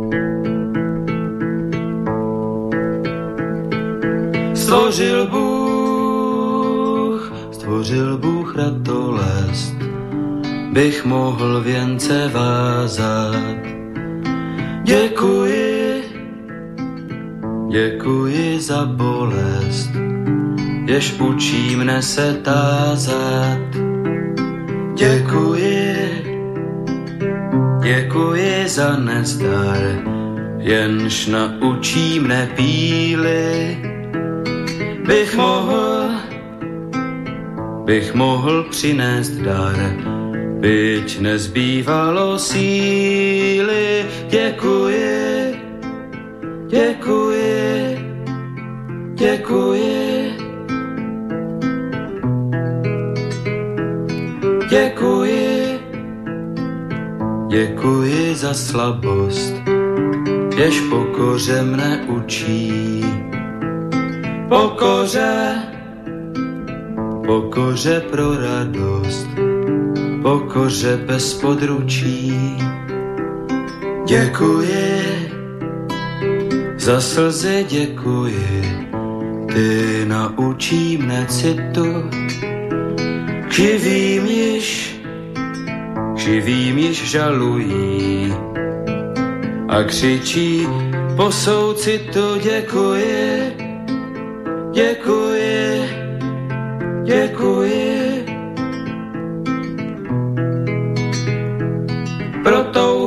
Stvořil Bůh ratolest, bych mohl věnce vázat. Děkuji za bolest, jež učí mne se tázat. Děkuji za nezdar, jenž naučí mne píly. Bych mohl přinést dar, byť nezbývalo síly. Děkuji za slabost, jež pokoře mne učí. Pokoře pro radost, pokoře bez područí. Děkuji za slzy, děkuji, ty naučí mne citu. Živým již žalují a křičí po soucitu. Děkuji pro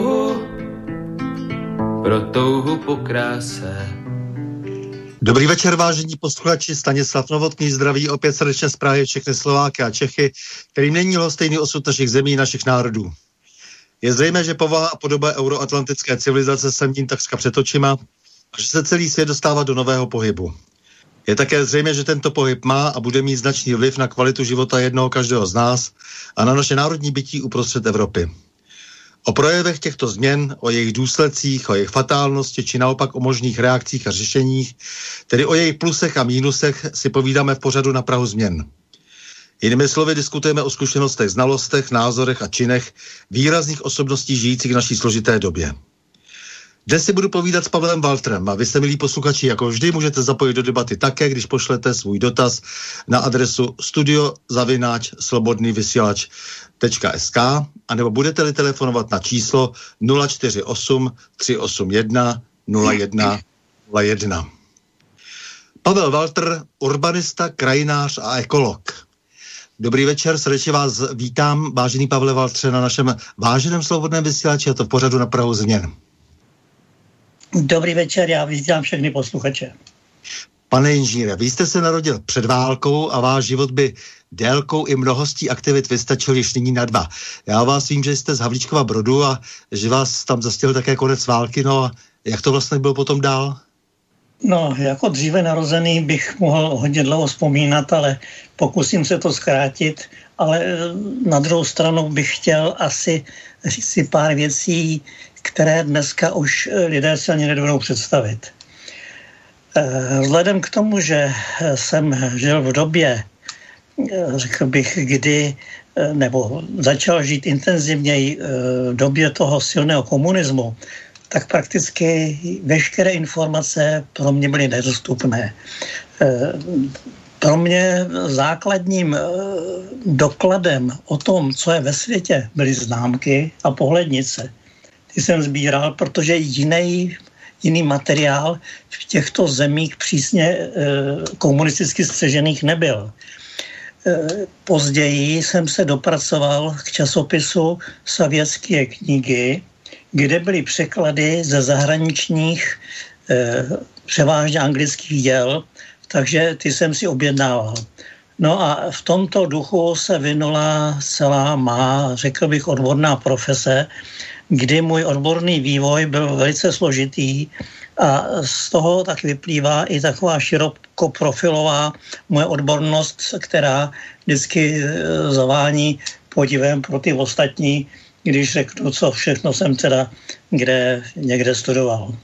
touhu po kráse. Dobrý večer, vážení posluchači, Stanislav Novotný zdraví opět srdečně z Prahy všechny Slováky a Čechy, kterým není lhostejný osud našich zemí, našich národů. Je zřejmé, že povaha a podoba euroatlantické civilizace se mění takřka před očima a že se celý svět dostává do nového pohybu. Je také zřejmé, že tento pohyb má a bude mít značný vliv na kvalitu života jednoho každého z nás a na naše národní bytí uprostřed Evropy. O projevech těchto změn, o jejich důsledcích, o jejich fatálnosti či naopak o možných reakcích a řešeních, tedy o jejich plusech a mínusech, si povídáme v pořadu Na prahu změn. Jinými slovy diskutujeme o zkušenostech, znalostech, názorech a činech výrazných osobností žijících v naší složité době. Dnes si budu povídat s Pavlem Waltrem a vy se, milí posluchači, jako vždy můžete zapojit do debaty také, když pošlete svůj dotaz na adresu studio@slobodnyvysielac.sk anebo budete-li telefonovat na číslo 048 381 0101. Pavel Waltr, urbanista, krajinář a ekolog. Dobrý večer, srdečně vás vítám, vážený Pavle Waltře, na našem váženém slobodném vysílači, a to v pořadu Na prahu změn. Dobrý večer, já vítám všechny posluchače. Pane inženýre, vy jste se narodil před válkou a váš život by délkou i mnohostí aktivit vystačil již nyní na 2. Já vás vím, že jste z Havlíčkova Brodu a že vás tam zastihl také konec války, no a jak to vlastně bylo potom dál? No, jako dříve narozený bych mohl hodně dlouho vzpomínat, ale pokusím se to zkrátit, ale na druhou stranu bych chtěl asi říct si pár věcí, které dneska už lidé se ani nedovedou představit. Vzhledem k tomu, že jsem žil v době, řekl bych, kdy, nebo začal žít intenzivněji v době toho silného komunismu, tak prakticky veškeré informace pro mě byly nedostupné. Pro mě základním dokladem o tom, co je ve světě, byly známky a pohlednice. Ty jsem sbíral, protože jiný materiál v těchto zemích přísně komunisticky střežených nebyl. Později jsem se dopracoval k časopisu Sovětské knihy, kde byly překlady ze zahraničních, převážně anglických děl, takže ty jsem si objednával. No a v tomto duchu se vynula celá má, řekl bych, odborná profese, kdy můj odborný vývoj byl velice složitý a z toho tak vyplývá i taková širokoprofilová moje odbornost, která vždycky zavání podivem pro ty ostatní, když řeknu, co všechno jsem teda někde studoval.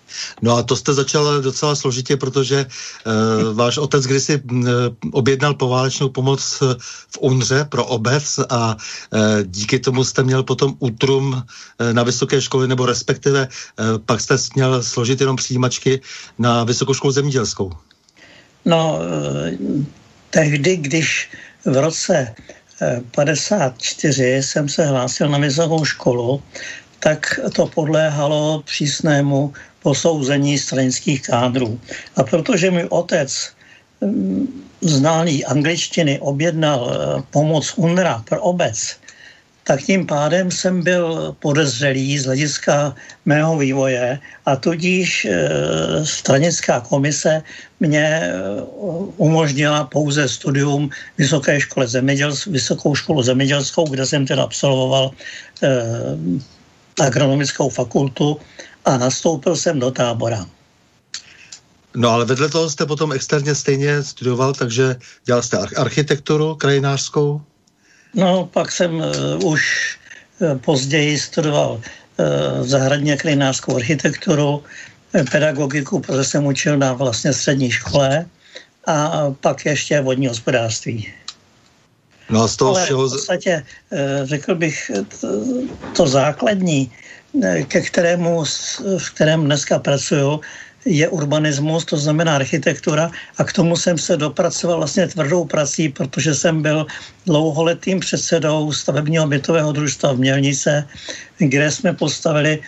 No a to jste začal docela složitě, protože váš otec kdysi objednal poválečnou pomoc v UNRE pro obec a díky tomu jste měl potom útrum na vysoké školy, nebo respektive pak jste měl složit jenom přijímačky na Vysokou školu zemědělskou. No, tehdy, když v roce 54 jsem se hlásil na vysokou školu, tak to podléhalo přísnému posouzení stranických kádrů. A protože můj otec znalý angličtiny objednal pomoc UNRWA pro obec, tak tím pádem jsem byl podezřelý z hlediska mého vývoje a tudíž stranická komise mě umožnila pouze studium Vysokou školu zemědělskou, kde jsem teda absolvoval agronomickou fakultu a nastoupil jsem do Tábora. No ale vedle toho jste potom externě stejně studoval, takže dělal jste architekturu krajinářskou? No, pak jsem už později studoval zahradně krajinářskou architekturu, pedagogiku, protože jsem učil na vlastně střední škole a pak ještě vodní hospodářství. No a z toho ale všeho... v podstatě řekl bych to základní, v kterém dneska pracuju, je urbanismus, to znamená architektura a k tomu jsem se dopracoval vlastně tvrdou prací, protože jsem byl dlouholetým předsedou stavebního bytového družstva v Mělnice, kde jsme postavili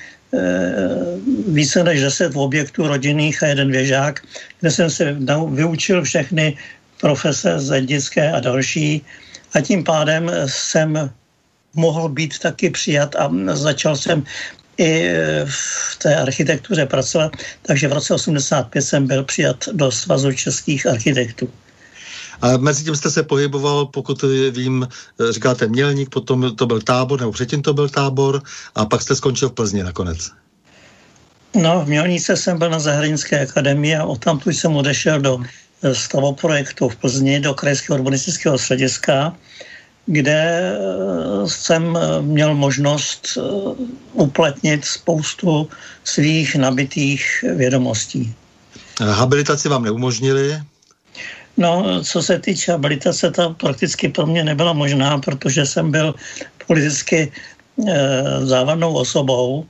více než 10 objektů rodinných a jeden věžák, kde jsem se vyučil všechny profese zednické a další a tím pádem jsem mohl být taky přijat a začal jsem i v té architektuře pracovat, takže v roce 85 jsem byl přijat do Svazu českých architektů. A mezi tím jste se pohyboval, pokud vím, říkáte Mělník, potom to byl Tábor, nebo předtím to byl Tábor a pak jste skončil v Plzni nakonec. No, v Mělnice jsem byl na Zahradnické akademii a odtamtud jsem odešel do stavoprojektu v Plzni, do Krajského urbanistického střediska, kde jsem měl možnost uplatnit spoustu svých nabitých vědomostí. Habilitaci vám neumožnili? No, co se týče habilitace, ta prakticky pro mě nebyla možná, protože jsem byl politicky závadnou osobou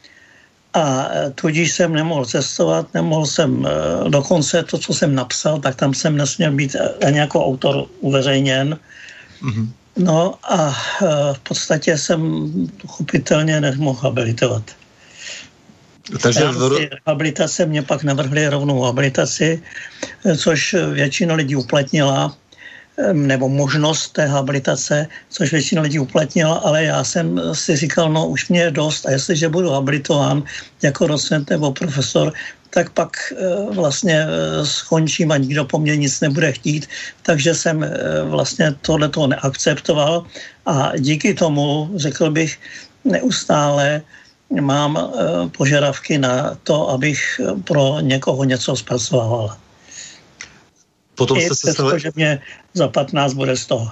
a tudíž jsem nemohl cestovat, nemohl jsem dokonce to, co jsem napsal, tak tam jsem nesměl být ani jako autor uveřejněn. Mm-hmm. No a v podstatě jsem pochopitelně nemohl habilitovat. Takže habilitace mě pak navrhli rovnou habilitaci, což většina lidí uplatnila, nebo možnost té habilitace, což většina lidí uplatnila, ale já jsem si říkal, no už mě je dost a jestliže budu habilitován jako docent nebo profesor, tak pak vlastně skončím a nikdo po mně nic nebude chtít. Takže jsem vlastně tohleto neakceptoval a díky tomu, řekl bych, neustále mám požadavky na to, abych pro někoho něco zpracovával. Potom jste se stali... že mě za 15 bude 100.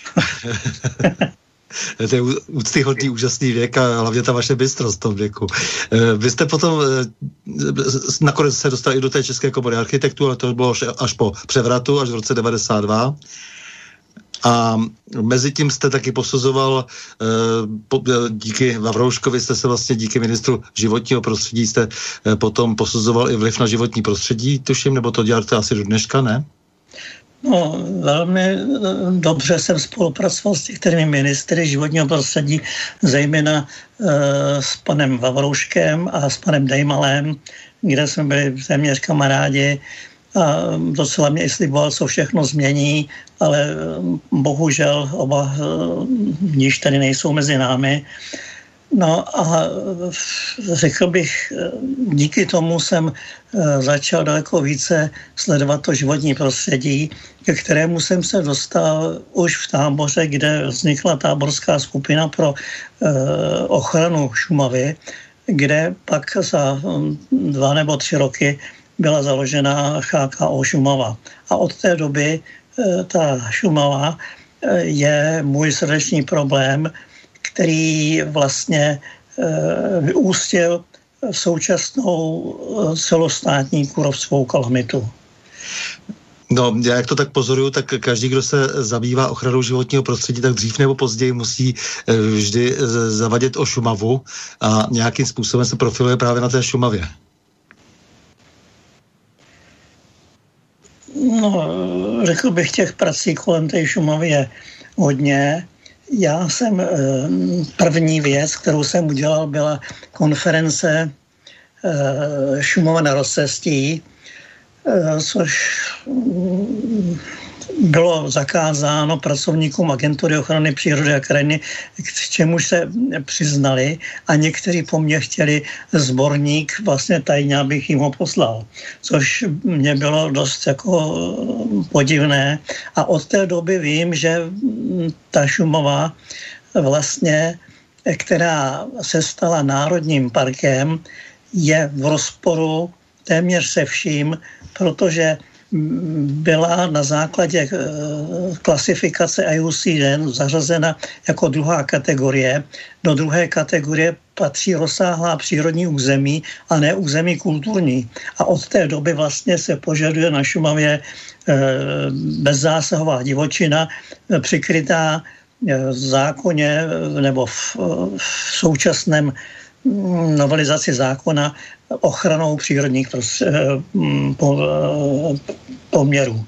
To je úctyhodný, úžasný věk a hlavně ta vaše bystrost v tom věku. Vy jste potom nakonec se dostali i do té České komory architektů, ale to bylo až po převratu, až v roce 92. A mezi tím jste taky posuzoval, díky Vavrouškovi jste se vlastně díky ministru životního prostředí jste potom posuzoval i vliv na životní prostředí, tuším, nebo to děláte asi do dneška, ne? No, velmi dobře jsem spolupracoval s některými ministry životního prostředí, zejména s panem Vavrouškem a s panem Dejmalem, kde jsme byli téměř kamarádi a docela mě i sliboval, co všechno změní, ale bohužel oba níž tady nejsou mezi námi. No a řekl bych, díky tomu jsem začal daleko více sledovat to životní prostředí, ke kterému jsem se dostal už v Táboře, kde vznikla táborská skupina pro ochranu Šumavy, kde pak za 2 nebo 3 roky byla založena HKO Šumava. A od té doby ta Šumava je můj srdeční problém, který vlastně vyústil současnou celostátní kůrovcovou kalamitu. No, já jak to tak pozoruju, tak každý, kdo se zabývá ochranou životního prostředí, tak dřív nebo později musí vždy zavadit o Šumavu a nějakým způsobem se profiluje právě na té Šumavě. No, řekl bych, těch prací kolem té Šumavy je hodně. Já jsem první věc, kterou jsem udělal, byla konference Šumava na rozcestí, což bylo zakázáno pracovníkům agentury ochrany přírody a krajiny, k čemuž se přiznali a někteří po mně chtěli sborník vlastně tajně, abych jim ho poslal, což mě bylo dost jako podivné a od té doby vím, že ta Šumava vlastně, která se stala národním parkem, je v rozporu téměř se vším, protože byla na základě klasifikace IUCN zařazena jako druhá kategorie. Do druhé kategorie patří rozsáhlá přírodní území a ne území kulturní. A od té doby vlastně se požaduje na Šumavě bezzásahová divočina přikrytá v zákoně nebo v současném novelizaci zákona ochranou přírodních poměrů.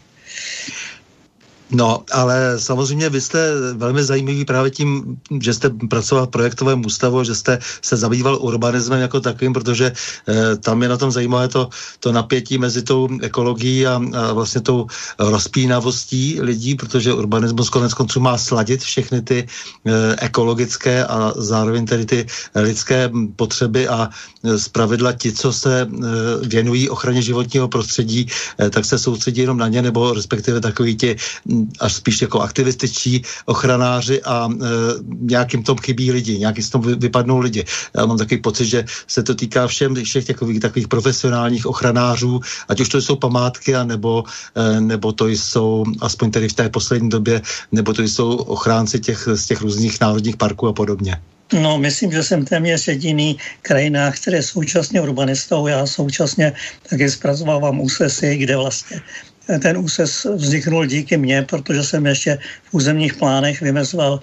No, ale samozřejmě vy jste velmi zajímavý právě tím, že jste pracoval v projektovém ústavu, že jste se zabýval urbanismem jako takovým, protože tam je na tom zajímavé to napětí mezi tou ekologií a vlastně tou rozpínavostí lidí, protože urbanismus konec konců má sladit všechny ty ekologické a zároveň tedy ty lidské potřeby a zpravidla ti, co se věnují ochraně životního prostředí, tak se soustředí jenom na ně, nebo respektive takový ti až spíš jako aktivističtí ochranáři a nějakým tom chybí lidi, nějaký z tom vypadnou lidi. Já mám takový pocit, že se to týká všech takových profesionálních ochranářů, ať už to jsou památky, nebo to jsou, aspoň tedy v té poslední době, nebo to jsou ochránci z těch různých národních parků a podobně. No, myslím, že jsem téměř jediný krajinách, který je současně urbanistou. Já současně taky zpracovávám úsesy, kde vlastně ten úses vzniknul díky mně, protože jsem ještě v územních plánech vymezoval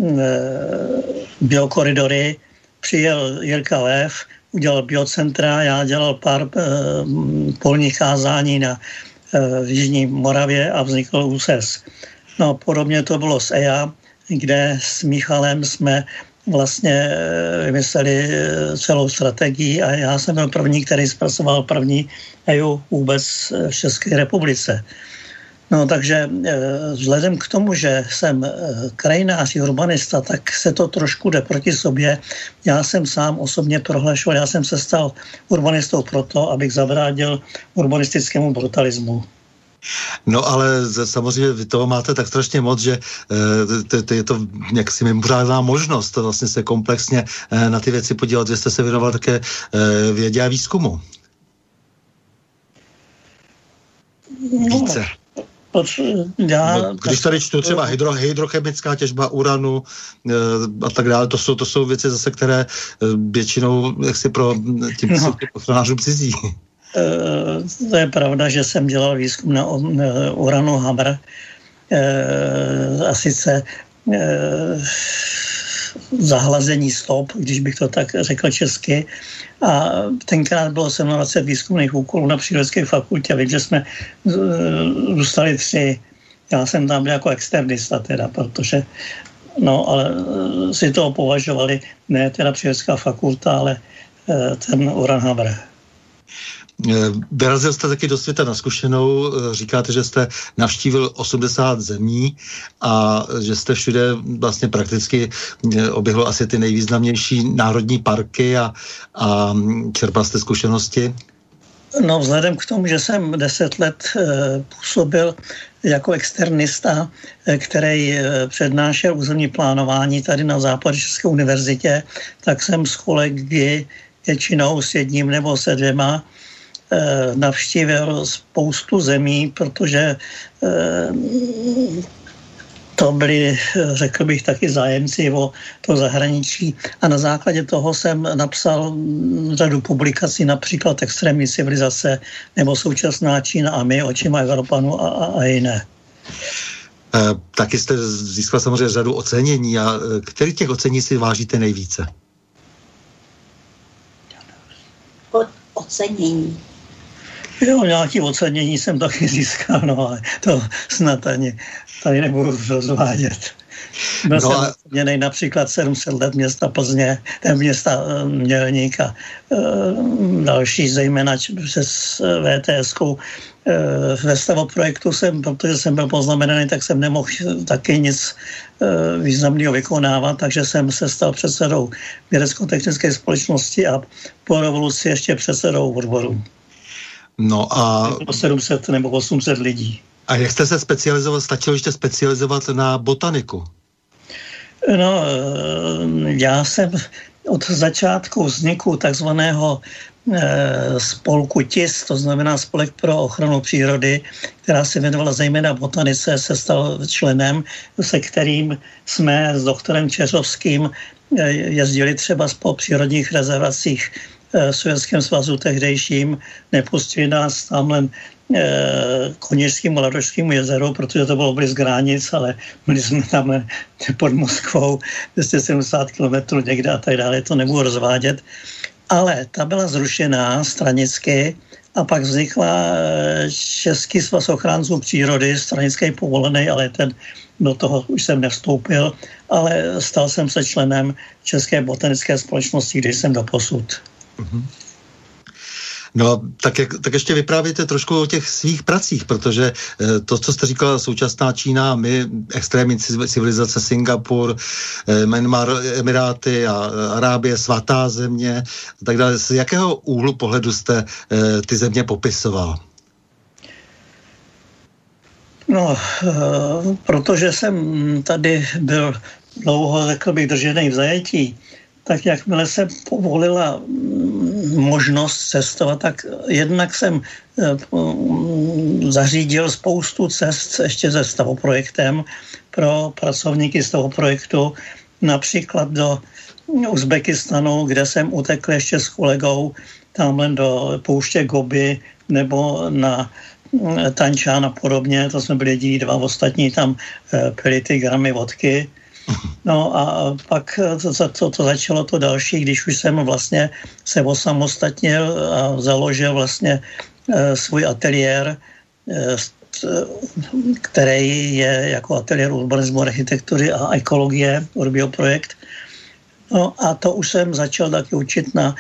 biokoridory, přijel Jirka Lev, udělal biocentra, já dělal pár polních kázání v Jižní Moravě a vznikl úses. No, podobně to bylo s EIA, kde s Michalem jsme vlastně vymysleli celou strategii a já jsem byl první, který zpracoval první EIA vůbec v České republice. No takže vzhledem k tomu, že jsem krajinář i urbanista, tak se to trošku jde proti sobě. Já jsem sám osobně prohlašoval, já jsem se stal urbanistou proto, abych zabránil urbanistickému brutalismu. No ale samozřejmě vy toho máte tak strašně moc, že je to jaksi mimořádná možnost to vlastně se komplexně na ty věci podívat. Vy jste se věnoval také vědě a výzkumu. Více. Když tady čtu třeba hydrochemická těžba uranu a tak dále, to jsou věci zase, které většinou jaksi pro tím ochranářům cizí. To je pravda, že jsem dělal výzkum na uranu Hamr a sice zahlazení stop, když bych to tak řekl česky. A tenkrát bylo 27 výzkumných úkolů na Přírodovědecké fakultě. Vím, že jsme zůstali 3. Já jsem tam byl jako externista teda, protože ale si toho považovali ne teda Přírodecká fakulta, ale ten uran Hamr. Vyrazil jste taky do světa na zkušenou, říkáte, že jste navštívil 80 zemí a že jste všude vlastně prakticky oběhl asi ty nejvýznamnější národní parky a čerpal jste zkušenosti? No, vzhledem k tomu, že jsem 10 let působil jako externista, který přednášel územní plánování tady na Západočeské univerzitě, tak jsem s kolegy většinou s jedním nebo se 2 navštívil spoustu zemí, protože to byli, řekl bych, taky zájemci o to zahraničí a na základě toho jsem napsal řadu publikací, například Extrémní civilizace nebo Současná Čína a my očima Evropanů a jiné. Taky jste získal samozřejmě řadu ocenění a který těch ocenění si vážíte nejvíce? Ocenění. Jo, nějaké ocenění jsem taky získal, no ale to snad ani tady nebudu rozvádět. Byl jsem oceněnej například 700 let města Plzně, města Mělník a další, zejména přes VTS-kou. Ve stavoprojektu protože jsem byl poznamenaný, tak jsem nemohl taky nic významného vykonávat, nebo jsem se stal předsedou vědecko-technické společnosti a po revoluci ještě předsedou odboru. No a 700 nebo 800 lidí. A jak jste se specializoval? Stačilo ještě specializovat na botaniku? No, já jsem od začátku vzniku takzvaného spolku TIS, to znamená Spolek pro ochranu přírody, která se věnovala zejména botanice, se stal členem, se kterým jsme s doktorem Čeřovským jezdili třeba po přírodních rezervacích v Sovětském svazu tehdejším, nepustili nás tamhle Koněžskému Ladožskému jezeru, protože to bylo blízko hranic, ale byli jsme tam pod Moskvou 270 kilometrů někde a tak dále, to nebudu rozvádět. Ale ta byla zrušená stranicky a pak vznikla Český svaz ochránců přírody, stranický povolený, ale do toho už jsem nevstoupil, ale stal jsem se členem České botanické společnosti, když jsem doposud. Mm-hmm. No, tak ještě vyprávějte trošku o těch svých pracích, protože to, co jste říkala, Současná Čína, my, extrémní civilizace, Singapur, Myanmar, Emiráty a Arábie, svatá země a tak dále. Z jakého úhlu pohledu jste ty země popisoval? No, protože jsem tady byl dlouho, řekl bych, držený v zajetí, tak jakmile se povolila možnost cestovat, tak jednak jsem zařídil spoustu cest ještě se stavoprojektem pro pracovníky z toho projektu, například do Uzbekistanu, kde jsem utekl ještě s kolegou tamhle do pouště Gobi nebo na Tančán a podobně, to jsme byli jediní dva, ostatní tam pili ty gramy vodky. No a pak to začalo to další, když už jsem vlastně se osamostatnil a založil vlastně svůj ateliér, který je jako ateliér urbanismu, architektury a ekologie, Urbio projekt. No a to už jsem začal taky učit na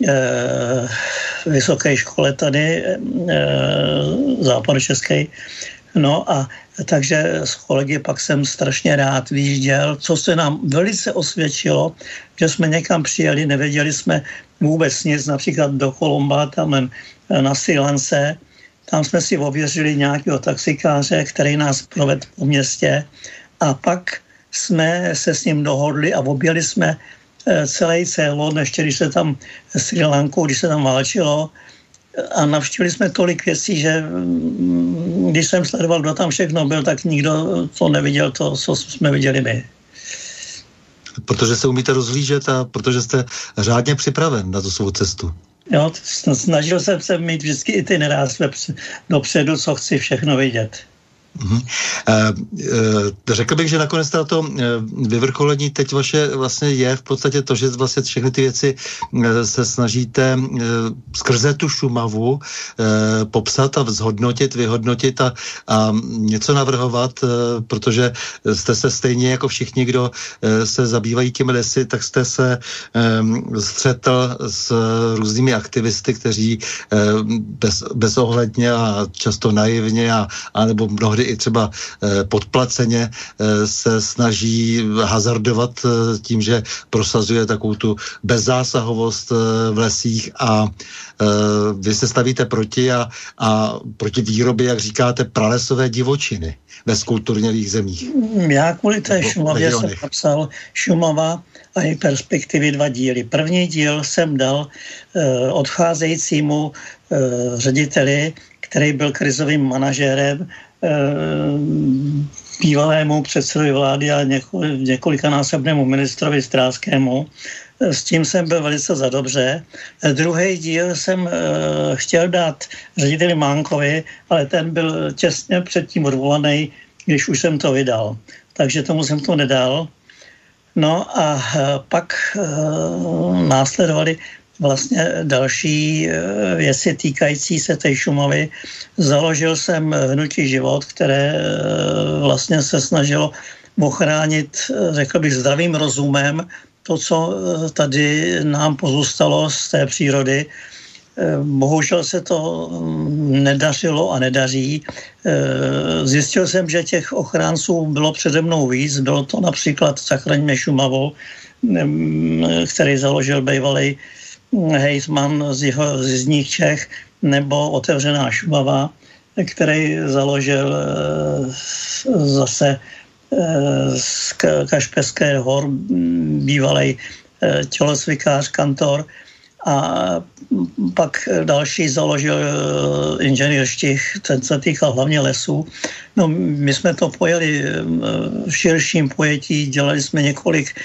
vysoké škole tady, západočeské. No a takže s kolegy pak jsem strašně rád vyjížděl, co se nám velice osvědčilo, že jsme někam přijeli, nevěděli jsme vůbec nic, například do Kolomba, tam na Srí Lance, tam jsme si ověřili nějakého taxikáře, který nás provedl po městě a pak jsme se s ním dohodli a objeli jsme celý Ceylon, ještě když se tam Srí Lanku, když se tam válčilo, a navštívili jsme tolik věcí, že když jsem sledoval, kdo tam všechno byl, tak nikdo to neviděl, to, co jsme viděli my. Protože se umíte rozhlížet a protože jste řádně připraven na tu svou cestu. Jo, snažil jsem se mít vždycky itinerář dopředu, co chci všechno vidět. Řekl bych, že nakonec to vyvrcholení teď vaše vlastně je v podstatě to, že vlastně všechny ty věci se snažíte skrze tu Šumavu popsat a zhodnotit, vyhodnotit a něco navrhovat, protože jste se stejně jako všichni, kdo se zabývají těmi lesy, tak jste se střetl s různými aktivisty, kteří bezohledně a často naivně a nebo mnohdy i třeba podplaceně se snaží hazardovat tím, že prosazuje takovou tu bezzásahovost v lesích a vy se stavíte proti a proti výrobě, jak říkáte, pralesové divočiny ve skulturnělých zemích. Já kvůli té Šumavě jsem napsal Šumava a její perspektivy 2 díly. První díl jsem dal odcházejícímu řediteli, který byl krizovým manažérem bývalému předsedovi vlády a několikanásobnému ministrovi Strážskému. S tím jsem byl velice zadobře. Druhý díl jsem chtěl dát řediteli Mánkovi, ale ten byl těsně předtím odvolaný, když už jsem to vydal. Takže tomu jsem to nedal. No a pak následovali vlastně další věci týkající se té Šumavy. Založil jsem Hnutí Život, které vlastně se snažilo ochránit, řekl bych, zdravým rozumem to, co tady nám pozůstalo z té přírody. Bohužel se to nedařilo a nedaří. Zjistil jsem, že těch ochránců bylo přede mnou víc. Bylo to například Zachraňme Šumavu, který založil bývalý hejtman z jižních Čech, nebo Otevřená Šumava, který založil zase z Kašperské hor bývalý tělocvikář, kantor, a pak další založil inženýr Štich, ten se týkal hlavně lesů. No, my jsme to pojeli v širším pojetí, dělali jsme několik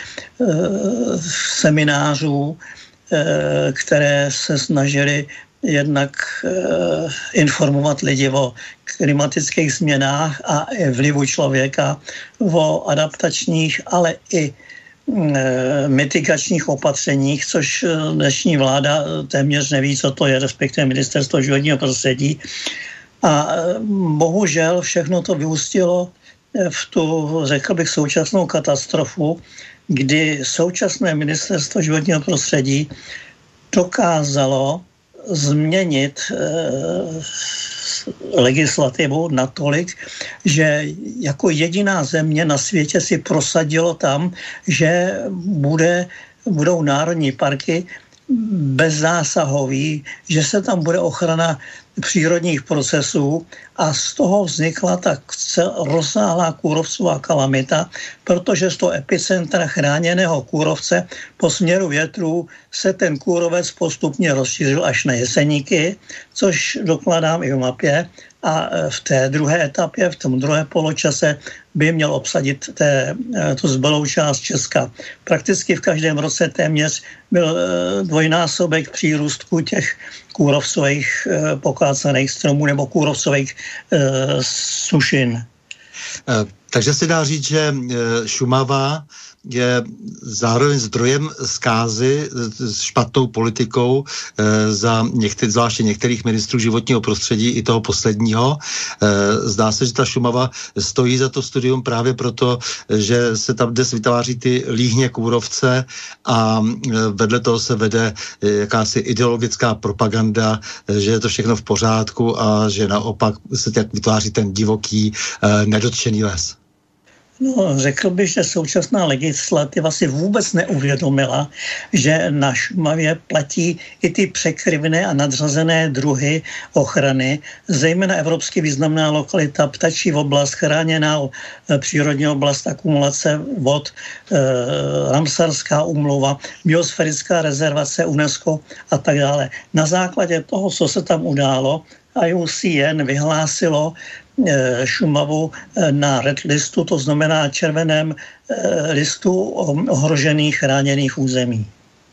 seminářů, které se snažili jednak informovat lidi o klimatických změnách a vlivu člověka, o adaptačních, ale i mitigačních opatřeních, což dnešní vláda téměř neví, co to je, respektive Ministerstvo životního prostředí. A bohužel všechno to vyústilo v tu, řekl bych, současnou katastrofu, kdy současné Ministerstvo životního prostředí dokázalo změnit legislativu natolik, že jako jediná země na světě si prosadilo tam, že budou národní parky bezzásahový, že se tam bude ochrana přírodních procesů a z toho vznikla tak rozsáhlá kůrovcová kalamita, protože z toho epicentra chráněného kůrovce po směru větrů se ten kůrovec postupně rozšířil až na Jeseníky, což dokladám i v mapě, a v té druhé etapě, v tom druhé poločase by měl obsadit tu zbylou část Česka. Prakticky v každém roce téměř byl dvojnásobek přírůstku těch kůrovcových pokácených stromů nebo kůrovcových sušin. Takže se dá říct, že Šumava je zároveň zdrojem zkázy s špatnou politikou zvláště některých ministrů životního prostředí i toho posledního. Zdá se, že ta Šumava stojí za to studium právě proto, že se tam dnes vytváří ty líhně kůrovce a vedle toho se vede jakási ideologická propaganda, že je to všechno v pořádku a že naopak se tak vytváří ten divoký, nedotčený les. No, řekl bych, že současná legislativa si vůbec neuvědomila, že na Šumavě platí i ty překryvné a nadřazené druhy ochrany, zejména evropsky významná lokalita Ptačí oblast, chráněná přírodní oblast akumulace vod, Ramsarská úmluva, biosférická rezervace UNESCO a tak dále. Na základě toho, co se tam událo, IUCN vyhlásilo Šumavu na red listu, to znamená červeném listu ohrožených chráněných území.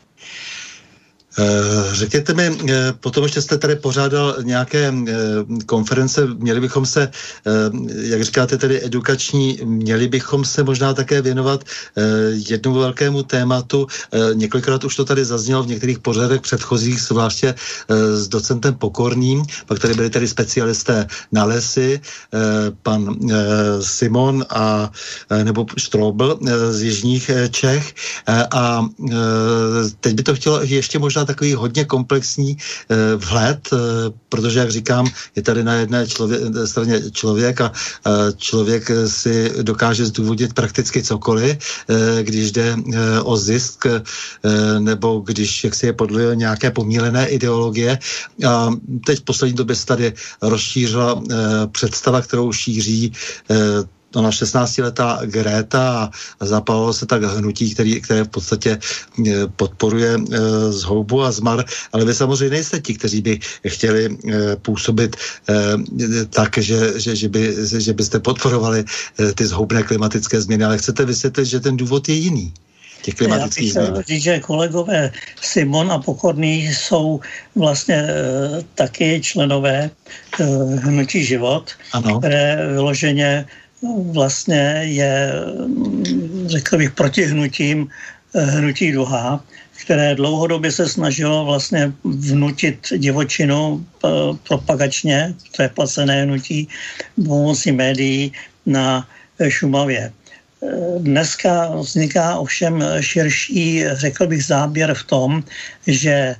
Řekněte mi, potom ještě jste tady pořádal nějaké konference, měli bychom se, jak říkáte tedy edukační, měli bychom se možná také věnovat jednomu velkému tématu. Několikrát už to tady zaznělo v některých pořadech předchozích, zvláště s docentem Pokorným, pak tady byli tedy specialisté na lesy, pan Simon a nebo Štrobl z jižních Čech, a teď by to chtělo ještě možná takový hodně komplexní vhled, protože, jak říkám, je tady na jedné straně člověk a člověk si dokáže zdůvodnit prakticky cokoliv, když jde o zisk nebo když jak si je podle nějaké pomílené ideologie. A teď v poslední době se tady rozšířila představa, kterou šíří ona 16letá Greta a zapálilo se tak hnutí, které v podstatě podporuje zhoubu a zmar, ale vy samozřejmě nejste ti, kteří by chtěli působit tak, že byste podporovali ty zhoubné klimatické změny, ale chcete vysvětlit, že ten důvod je jiný. Já bych chtěl říct, že kolegové Simon a Pokorný jsou vlastně taky členové hnutí Život, ano. Které vyloženě vlastně je, řekl bych, protihnutím hnutí Duha, které dlouhodobě se snažilo vlastně vnutit divočinu propagačně, to je placené hnutí pomocí médií na Šumavě. Dneska vzniká ovšem širší, řekl bych, záběr v tom, že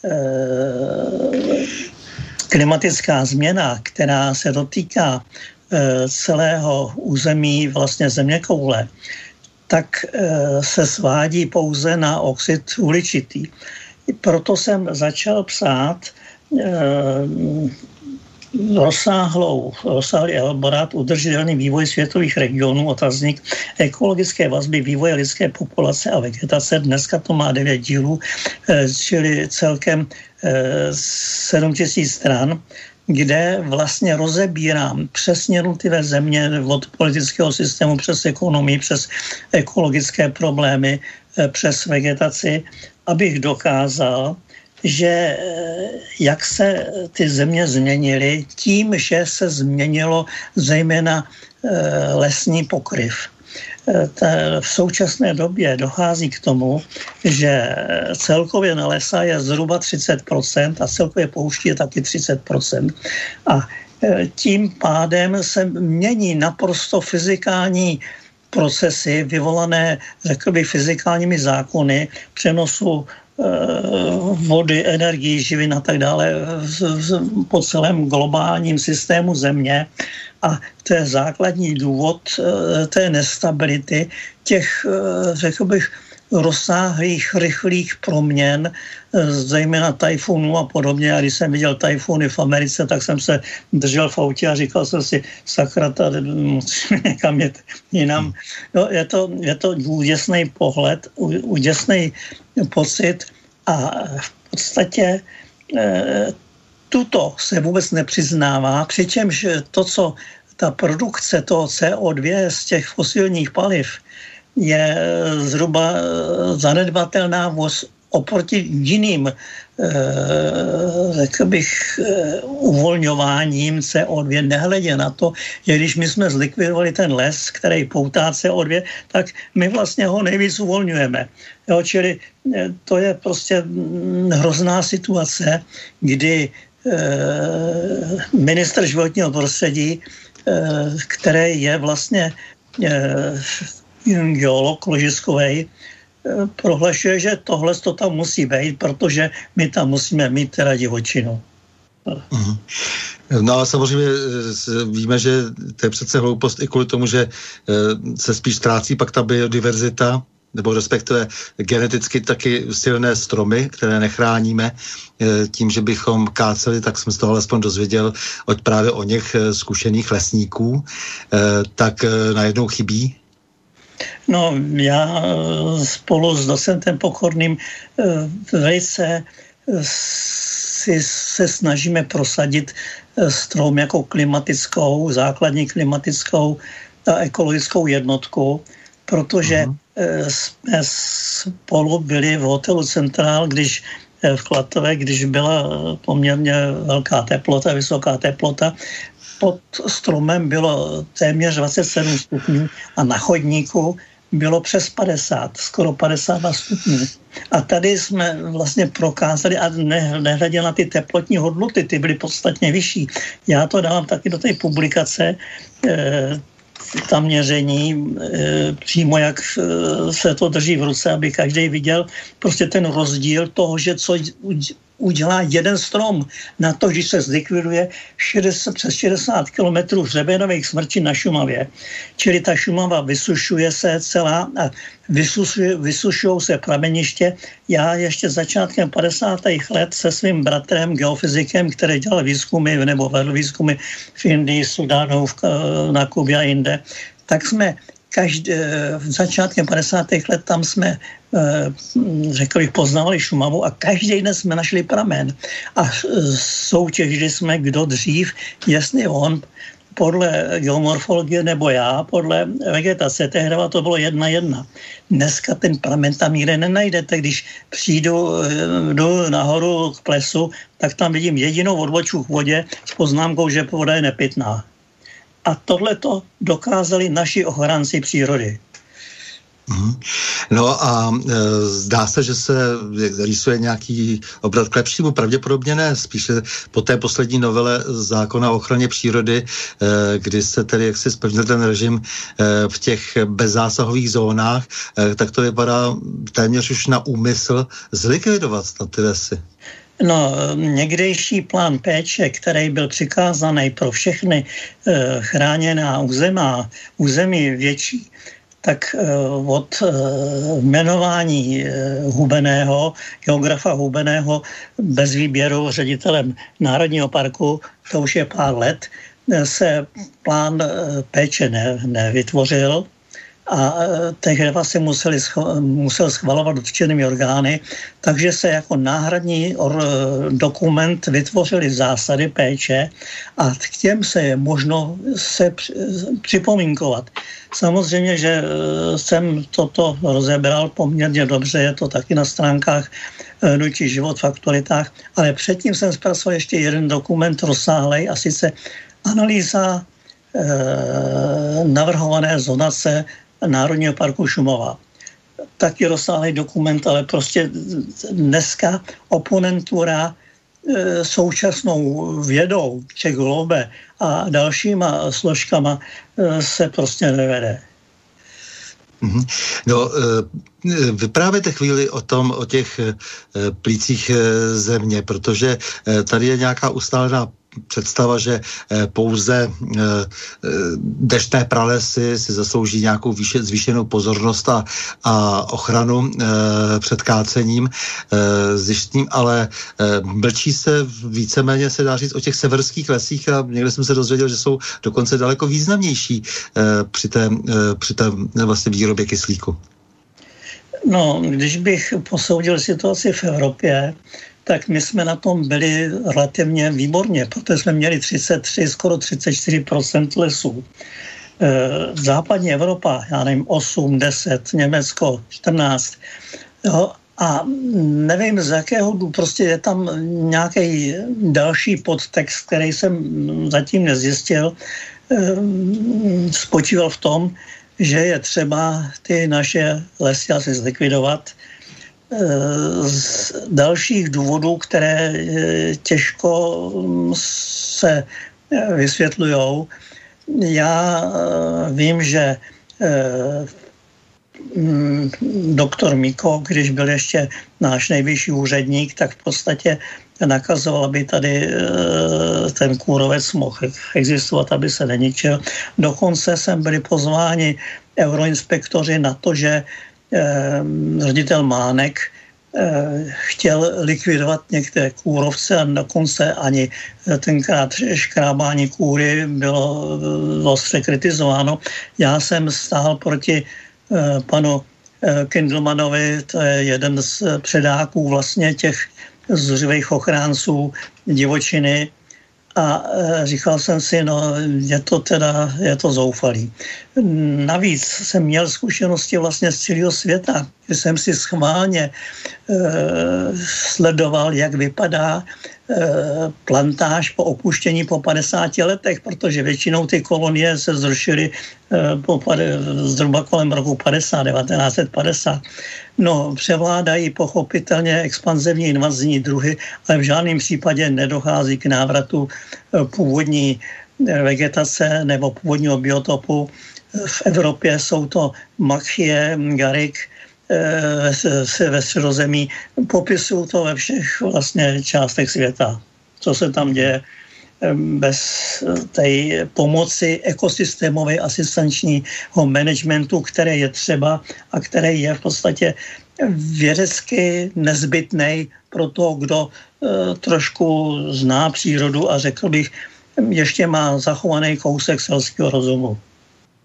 klimatická změna, která se dotýká celého území vlastně zeměkoule, tak se svádí pouze na oxid uhličitý. Proto jsem začal psát rozsáhlý elaborát udržitelný vývoj světových regionů, otazník ekologické vazby vývoje lidské populace a vegetace. Dneska to má 9 dílů, čili celkem 7000 stran, kde vlastně rozebírám přes jednotlivé země od politického systému přes ekonomii, přes ekologické problémy, přes vegetaci, abych dokázal, že jak se ty země změnily tím, že se změnilo zejména lesní pokryv. V současné době dochází k tomu, že celkově na lesa je zhruba 30% a celkově pouští je taky 30%. A tím pádem se mění naprosto fyzikální procesy vyvolané, řekl bych, fyzikálními zákony přenosu vody, energii, živin a tak dále po celém globálním systému země. A to je základní důvod té nestability těch, řekl bych, rozsáhlých, rychlých proměn, zejména tajfunů a podobně. A když jsem viděl tajfuny v Americe, tak jsem se držel v autě a říkal jsem si, sakra, tady musíme někam jet jinam. No, je to úděsný pohled, úděsný pocit a v podstatě tuto se vůbec nepřiznává, přičemž to, co ta produkce toho CO2 z těch fosilních paliv je zhruba zanedbatelná oproti jiným, řekl bych, uvolňováním CO2, nehledě na to, že když my jsme zlikvidovali ten les, který poutá CO2, tak my vlastně ho nejvíc uvolňujeme. Jo, čili to je prostě hrozná situace, kdy ministr životního prostředí, který je vlastně geolog ložiskovej, prohlašuje, že tohle to tam musí být, protože my tam musíme mít teda divočinu. No a samozřejmě víme, že to je přece hloupost i kvůli tomu, že se spíš ztrácí pak ta biodiverzita, nebo respektive geneticky taky silné stromy, které nechráníme tím, že bychom káceli, tak jsem z toho alespoň dozvěděl právě o něch zkušených lesníků, tak najednou chybí. No, já spolu s docentem Pokorným velice se snažíme prosadit strom jako klimatickou, základní klimatickou a ekologickou jednotku, protože jsme spolu byli v hotelu Centrál, když v Klatové, když byla poměrně velká teplota, vysoká teplota, pod stromem bylo téměř 27 stupňů a na chodníku bylo přes 50, skoro 52 stupňů. A tady jsme vlastně prokázali, a nehledě na ty teplotní hodnoty, ty byly podstatně vyšší. Já to dávám taky do té publikace, ta měření, přímo jak se to drží v ruce, aby každý viděl prostě ten rozdíl toho, že co udělá jeden strom na to, když se zlikviduje přes 60 kilometrů hřebenových smrčin na Šumavě. Čili ta Šumava vysušuje se celá a vysušují se prameniště. Já ještě začátkem 50. let se svým bratrem, geofyzikem, který dělal výzkumy nebo vedl výzkumy v Indii, Sudánu, na Kubě a jinde, tak jsme začátkem 50. let tam jsme, řekl bych, poznávali Šumavu a každý den jsme našli pramen. A soutěžili jsme, kdo dřív, jestli on podle geomorfologie nebo já, podle vegetace. Tehdy to bylo 1:1. Dneska ten pramen tam nikde nenajdete. Když jdu nahoru k plesu, tak tam vidím jedinou odbočku k vodě s poznámkou, že voda je nepitná. A tohleto dokázali naši ochránci přírody. No a zdá se, že se rýsuje nějaký obrat k lepšímu, pravděpodobně ne, spíše po té poslední novele zákona o ochraně přírody, kdy se tedy jaksi zpevnil ten režim v těch bezzásahových zónách, tak to vypadá téměř už na úmysl zlikvidovat ty lesy. No, někdejší plán péče, který byl přikázaný pro všechny chráněná území větší, tak od jmenování Hubeného, geografa Hubeného bez výběru ředitelem Národního parku, to už je pár let, se plán péče nevytvořil a tehdy se musel schvalovat dotčenými orgány, takže se jako náhradní dokument vytvořily zásady péče a k těm se je možno se připomínkovat. Samozřejmě, že jsem toto rozebral poměrně dobře, je to taky na stránkách Hnutí Život v aktualitách, ale předtím jsem zpracoval ještě jeden dokument rozsáhlej a sice analýza navrhované zonace Národního parku Šumava. Taky rozsáhlý dokument, ale prostě dneska oponentura současnou vědou Čech Globe a dalšíma složkama se prostě nevede. No, vyprávěte chvíli o těch plících země, protože tady je nějaká ustálená představa, že pouze deštné pralesy si zaslouží nějakou zvýšenou pozornost a ochranu před kácením zjištním, ale mlčí se víceméně, se dá říct, o těch severských lesích a někde jsem se dozvěděl, že jsou dokonce daleko významnější při té vlastně výrobě kyslíku. No, když bych posoudil situaci v Evropě, tak my jsme na tom byli relativně výborně, protože jsme měli 33, skoro 34% lesů. Západní Evropa, já nevím, 8, 10, Německo 14. Jo, a nevím z jakého, prostě je tam nějaký další podtext, který jsem zatím nezjistil, spočíval v tom, že je třeba ty naše lesy asi zlikvidovat, z dalších důvodů, které těžko se vysvětlujou. Já vím, že doktor Miko, když byl ještě náš nejvyšší úředník, tak v podstatě nakazoval, aby tady ten kůrovec mohl existovat, aby se neničil. Dokonce jsem byli pozváni euroinspektoři na to, že ředitel Mánek chtěl likvidovat některé kůrovce a dokonce ani tenkrát škrábání kůry bylo ostře kritizováno. Já jsem stál proti panu Kindelmanovi, to je jeden z předáků vlastně těch zuřivých ochránců divočiny, a říkal jsem si, no je to zoufalý. Navíc jsem měl zkušenosti vlastně z celého světa, že jsem si schválně sledoval, jak vypadá plantáž po opuštění po 50 letech, protože většinou ty kolonie se zrušily zhruba kolem roku 1950. No, převládají pochopitelně expanzivní invazní druhy, ale v žádném případě nedochází k návratu původní vegetace nebo původního biotopu. V Evropě jsou to machie, garik, ve Středozemí. Popisují to ve všech vlastně částech světa, co se tam děje bez té pomoci ekosystémové asistenčního managementu, které je třeba a který je v podstatě vědecky nezbytný pro to, kdo trošku zná přírodu a řekl bych, ještě má zachovaný kousek selského rozumu.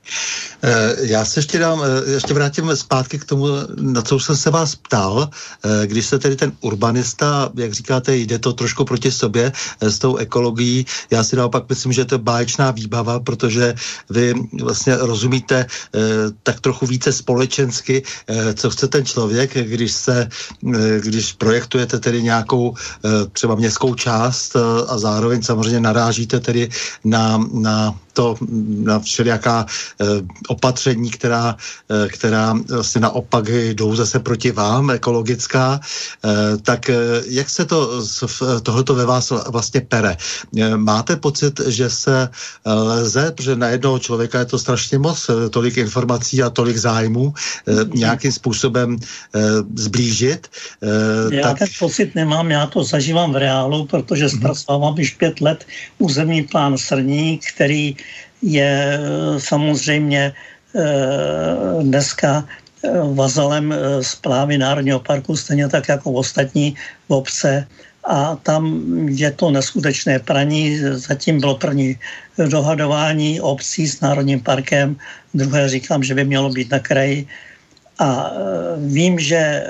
Já se ještě vrátím zpátky k tomu, na co jsem se vás ptal, když se tedy ten urbanista, jak říkáte, jde to trošku proti sobě s tou ekologií. Já si naopak myslím, že to je báječná výbava, protože vy vlastně rozumíte tak trochu více společensky, co chce ten člověk, když projektujete tedy nějakou třeba městskou část a zároveň samozřejmě narážíte tedy na všelijaká opatření, která vlastně naopak jdou zase proti vám, ekologická, tak jak se tohleto ve vás vlastně pere? Máte pocit, že se lze, protože na jednoho člověka je to strašně moc, tolik informací a tolik zájmů, nějakým způsobem zblížit? Já ten pocit nemám, já to zažívám v reálu, protože zpracovávám již 5 let územní plán Srní, který je samozřejmě dneska vazalem správy Národního parku, stejně tak jako ostatní obce. A tam je to neskutečné praní. Zatím bylo první dohadování obcí s Národním parkem, druhé říkám, že by mělo být na kraji. A vím, že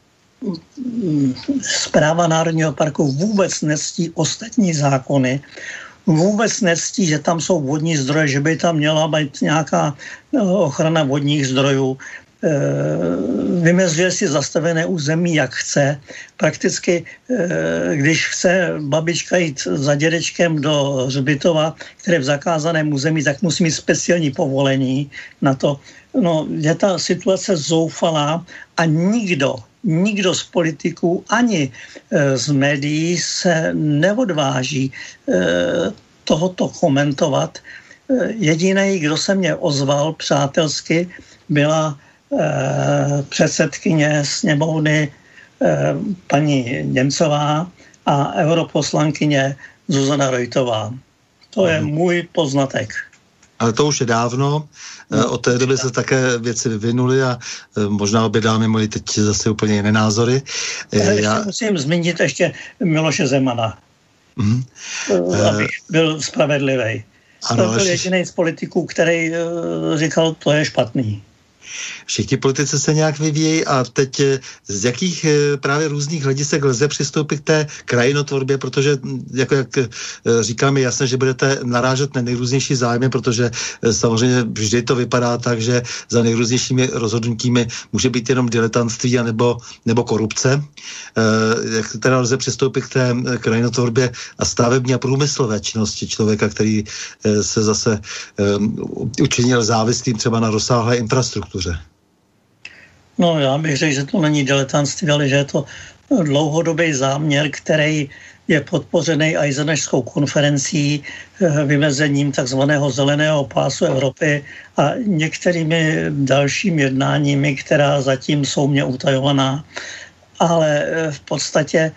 správa Národního parku vůbec nectí ostatní zákony, vůbec nectí, že tam jsou vodní zdroje, že by tam měla být nějaká ochrana vodních zdrojů. Vymezuje si zastavené území, jak chce. Prakticky, když chce babička jít za dědečkem do hřbitova, které je v zakázaném území, tak musí mít speciální povolení na to. No, je ta situace zoufalá a nikdo z politiků ani z médií se neodváží tohoto komentovat. Jediný, kdo se mě ozval přátelsky, byla předsedkyně sněmovny paní Němcová a europoslankyně Zuzana Rojtová. To je můj poznatek. Ale to už je dávno. Od té doby se také věci vyvinuly a možná obě dámy mají teď zase úplně jiné názory. Musím zmínit ještě Miloše Zemana, abych byl spravedlivý. To byl jediný z politiků, který říkal, to je špatný. Všichni politici se nějak vyvíjejí a teď z jakých právě různých hledisek lze přistoupit k té krajinotvorbě, protože jak říkám, je jasné, že budete narážet na nejrůznější zájmy, protože samozřejmě vždy to vypadá tak, že za nejrůznějšími rozhodnutími může být jenom diletantství nebo korupce. Jak teda lze přistoupit k té krajinotvorbě a stavební a průmyslové činnosti člověka, který se zase učinil závislým třeba na rozsáhlé infrastruktuře? No, já bych řekl, že to není diletantství, ale že je to dlouhodobý záměr, který je podpořený Eisenachskou konferencí, vymezením takzvaného zeleného pásu Evropy a některými dalšími jednáními, která zatím jsou mě utajovaná. Ale v podstatě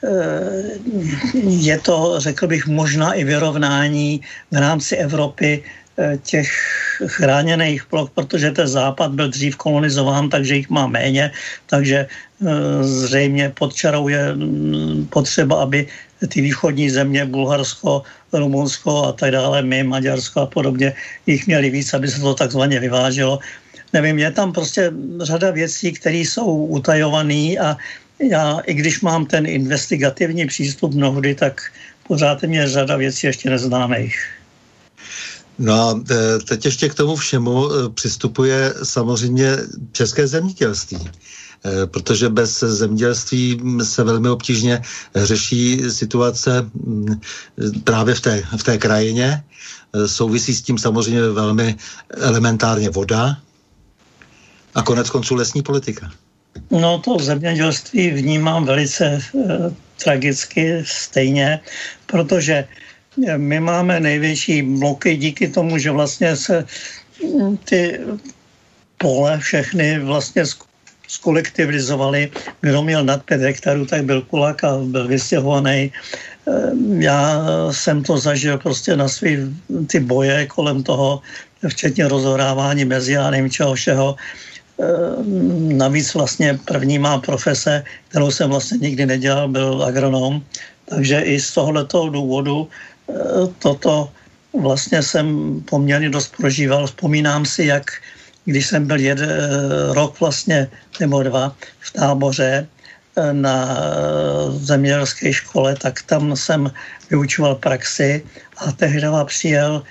je to, řekl bych, možná i vyrovnání v rámci Evropy těch chráněných ploch, protože ten západ byl dřív kolonizován, takže jich má méně, takže zřejmě pod čarou je potřeba, aby ty východní země, Bulharsko, Rumunsko a tak dále, my, Maďarsko a podobně, jich měli víc, aby se to takzvaně vyváželo. Nevím, je tam prostě řada věcí, které jsou utajované a já, i když mám ten investigativní přístup mnohdy, tak pořád mě řada věcí ještě neznámých. No a teď ještě k tomu všemu přistupuje samozřejmě české zemědělství, protože bez zemědělství se velmi obtížně řeší situace právě v té krajině. Souvisí s tím samozřejmě velmi elementárně voda a konec konců lesní politika. No to zemědělství vnímám velice tragicky stejně, protože my máme největší bloky díky tomu, že vlastně se ty pole všechny vlastně skolektivizovaly. Kdo měl nad 5 hektarů, tak byl kulák a byl vystěhovaný. Já jsem to zažil prostě na svý ty boje kolem toho, včetně rozhodávání mezi já nevím čeho všeho. Navíc vlastně první má profese, kterou jsem vlastně nikdy nedělal, byl agronom. Takže i z tohoto důvodu toto vlastně jsem poměrně dost prožíval. Vzpomínám si, jak když jsem byl rok vlastně, nebo 2 v táboře na zemědělské škole, tak tam jsem vyučoval praxi a tehdy přijel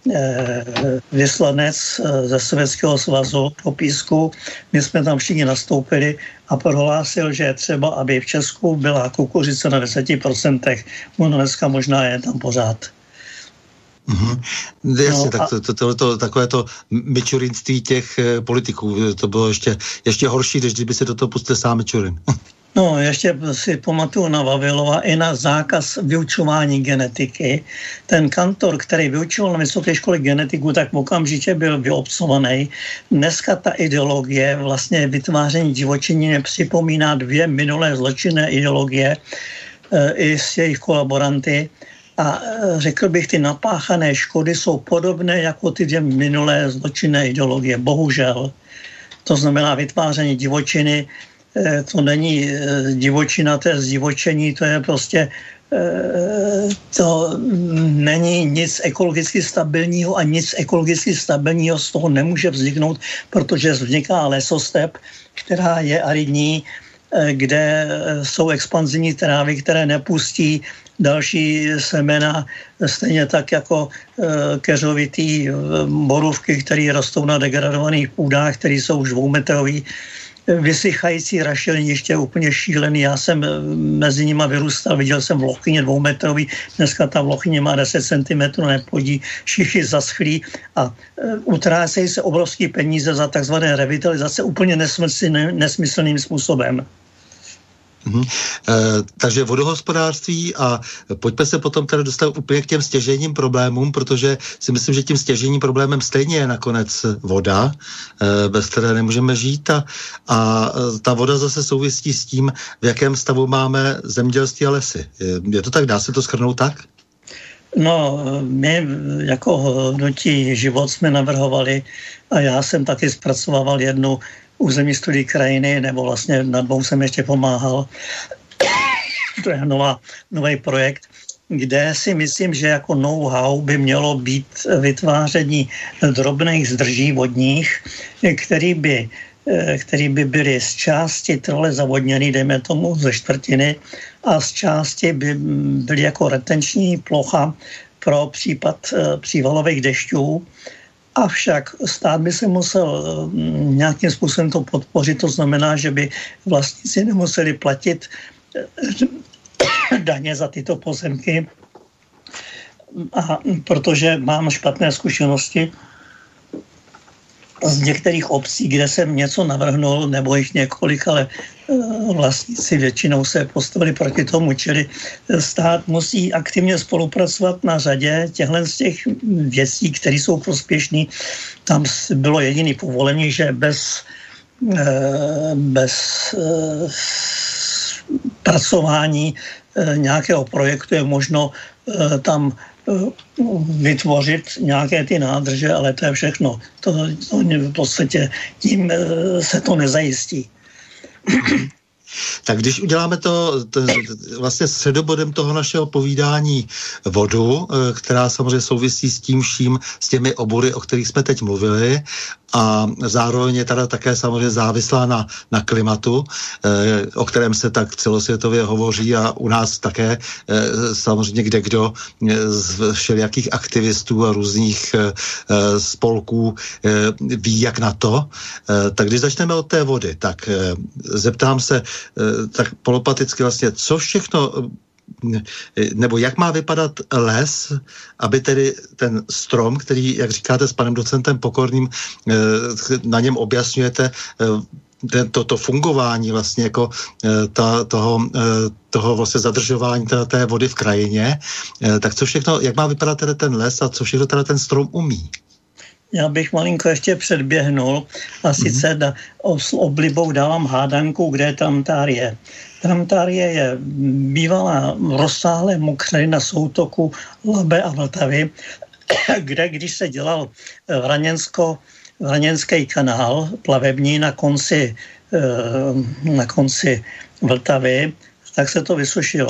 vyslanec ze Sovětského svazu do Písku. My jsme tam všichni nastoupili a prohlásil, že je třeba, aby v Česku byla kukuřice na 10%. Dneska možná je tam pořád. Mm-hmm. Jasně, tak takové to Mičurinství těch politiků, to bylo ještě horší, než kdyby se do toho pustil sám Mičurin. No, ještě si pamatuju na Vavilova i na zákaz vyučování genetiky. Ten kantor, který vyučoval na vysoké škole genetiku, tak okamžitě byl vyobcovaný. Dneska ta ideologie, vlastně vytváření divočiny připomíná 2 minulé zločinné ideologie i s jejich kolaboranty. A řekl bych, ty napáchané škody jsou podobné jako ty 2 minulé zločinné ideologie. Bohužel. To znamená vytváření divočiny. To není divočina, to je zdivočení, to je prostě, to není nic ekologicky stabilního a nic ekologicky stabilního z toho nemůže vzniknout, protože vzniká lesostep, která je aridní, kde jsou expanzivní trávy, které nepustí další semena, stejně tak jako keřovitý borůvky, které rostou na degradovaných půdách, které jsou už 2metrový. Vysychající rašeliniště, úplně šílený. Já jsem mezi nima vyrůstal, viděl jsem vlochyně 2metrový, dneska ta vlochyně má 10 cm neplodí, šichy zaschlí a utrácejí se obrovský peníze za takzvané revitalizace úplně nesmyslným způsobem. Takže vodohospodářství a pojďme se potom teda dostat úplně k těm stěžejním problémům, protože si myslím, že tím stěžejním problémem stejně je nakonec voda, bez které nemůžeme žít a ta voda zase souvisí s tím, v jakém stavu máme zemědělství a lesy. Je to tak? Dá se to shrnout tak? No, my jako hnutí Život jsme navrhovali a já jsem taky zpracovával jednu územní studii krajiny, nebo vlastně na 2 jsem ještě pomáhal. To je nový projekt, kde si myslím, že jako know-how by mělo být vytváření drobných zdrží vodních, který by byly z části trvale zavodněný, dejme tomu ze 1/4, a z části by byly jako retenční plocha pro případ přívalových dešťů. Avšak stát by se musel nějakým způsobem to podpořit, to znamená, že by vlastníci nemuseli platit daně za tyto pozemky. A protože mám špatné zkušenosti z některých obcí, kde jsem něco navrhnul, nebo jich několik, ale vlastníci většinou se postavili proti tomu, čili stát musí aktivně spolupracovat na řadě těchto z těch věcí, které jsou prospěšné. Tam bylo jediné povolení, že bez pracování nějakého projektu je možno tam vytvořit nějaké ty nádrže, ale to je všechno. To v podstatě tím se to nezajistí. Tak když uděláme to vlastně středobodem toho našeho povídání vodu, která samozřejmě souvisí s tím vším, s těmi obory, o kterých jsme teď mluvili, a zároveň je teda také samozřejmě závislá na klimatu, o kterém se tak celosvětově hovoří a u nás také samozřejmě kdekdo z všelijakých aktivistů a různých spolků ví, jak na to. Tak když začneme od té vody, tak zeptám se tak polopaticky vlastně, co všechno nebo jak má vypadat les, aby tedy ten strom, který, jak říkáte s panem docentem Pokorným, na něm objasňujete to fungování vlastně jako toho vlastně zadržování té vody v krajině, tak co všechno, jak má vypadat tedy ten les a co všechno teda ten strom umí? Já bych malinko ještě předběhnul a sice s oblibou dávám hádanku, kde je Tramtárie. Tramtárie je bývalá rozsáhlé mokřadina soutoku Labe a Vltavy, kde když se dělal Vraněnský kanál plavební na konci Vltavy, tak se to vysušilo.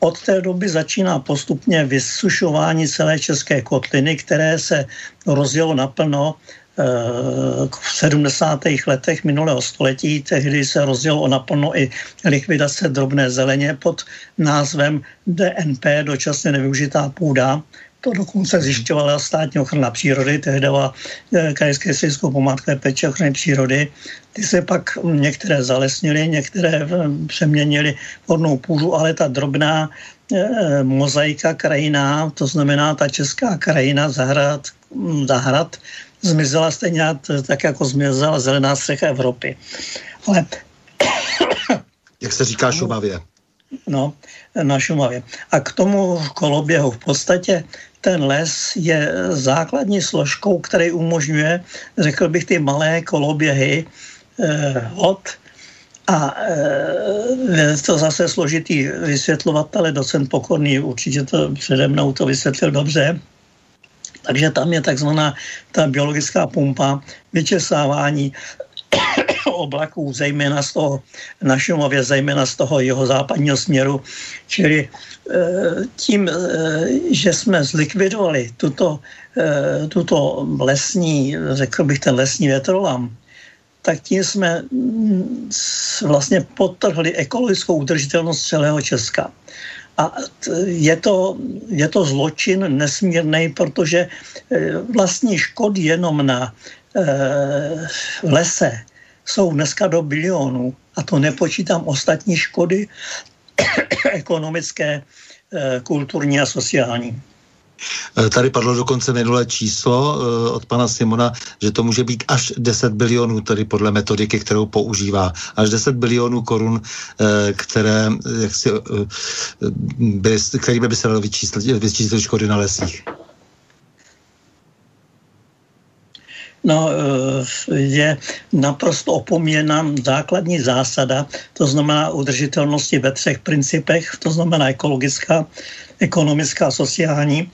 Od té doby začíná postupně vysušování celé české kotliny, které se rozjelo naplno v 70. letech minulého století. Tehdy se rozjelo naplno i likvidace drobné zeleně pod názvem DNP, dočasně nevyužitá půda. To dokonce zjišťovala státní ochrana přírody, tehdy Krajské středisko památkové péče ochrany přírody. Ty se pak některé zalesnily, některé přeměnily vodnou půdu, ale ta drobná mozaika krajinná, to znamená ta česká krajina zahrad, zmizela stejně tak, jako zmizela zelená střecha Evropy. Ale jak se říká Šumavě. No, na Šumavě. A k tomu koloběhu v podstatě ten les je základní složkou, který umožňuje, řekl bych, ty malé koloběhy vod. A je to zase složitý vysvětlovatele, docent Pokorný určitě to přede mnou to vysvětlil dobře. Takže tam je takzvaná ta biologická pumpa, vyčesávání oblaků, zejména z toho na Šumavě, zejména z toho jeho západního směru. Čili tím, že jsme zlikvidovali tuto lesní, řekl bych ten lesní větrolam, tak tím jsme vlastně podtrhli ekologickou udržitelnost celého Česka. A je to zločin nesmírný, protože vlastní škody jenom na lese jsou dneska do bilionů. A to nepočítám ostatní škody ekonomické, kulturní a sociální. Tady padlo dokonce minulé číslo od pana Simona, že to může být až 10 bilionů, tedy podle metodiky, kterou používá. Až 10 bilionů korun, kterými by se dalo vyčíslit škody na lesích. No, je naprosto opomíjena základní zásada, to znamená udržitelnosti ve 3 principech, to znamená ekologická, ekonomická, sociální.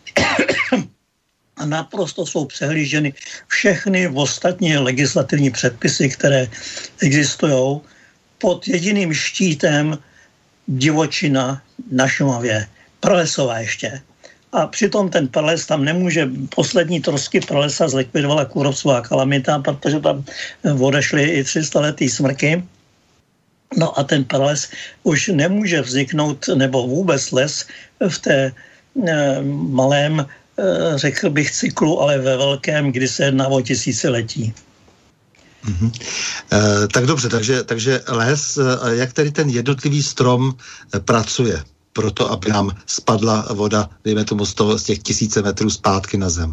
A naprosto jsou přehlíženy všechny ostatní legislativní předpisy, které existují pod jediným štítem divočina na Šumavě. Pralesová ještě. A přitom ten prales tam nemůže, poslední trosky pralesa zlikvidovala kůrovcová kalamita, protože tam odešly i 300letý smrky. No a ten prales už nemůže vzniknout, nebo vůbec les v té malém, řekl bych, cyklu, ale ve velkém, kdy se jedná o tisíciletí. Mm-hmm. Tak dobře, takže les, jak tedy ten jednotlivý strom pracuje proto, aby nám spadla voda, dejme tomu z těch 1000 metrů zpátky na zem?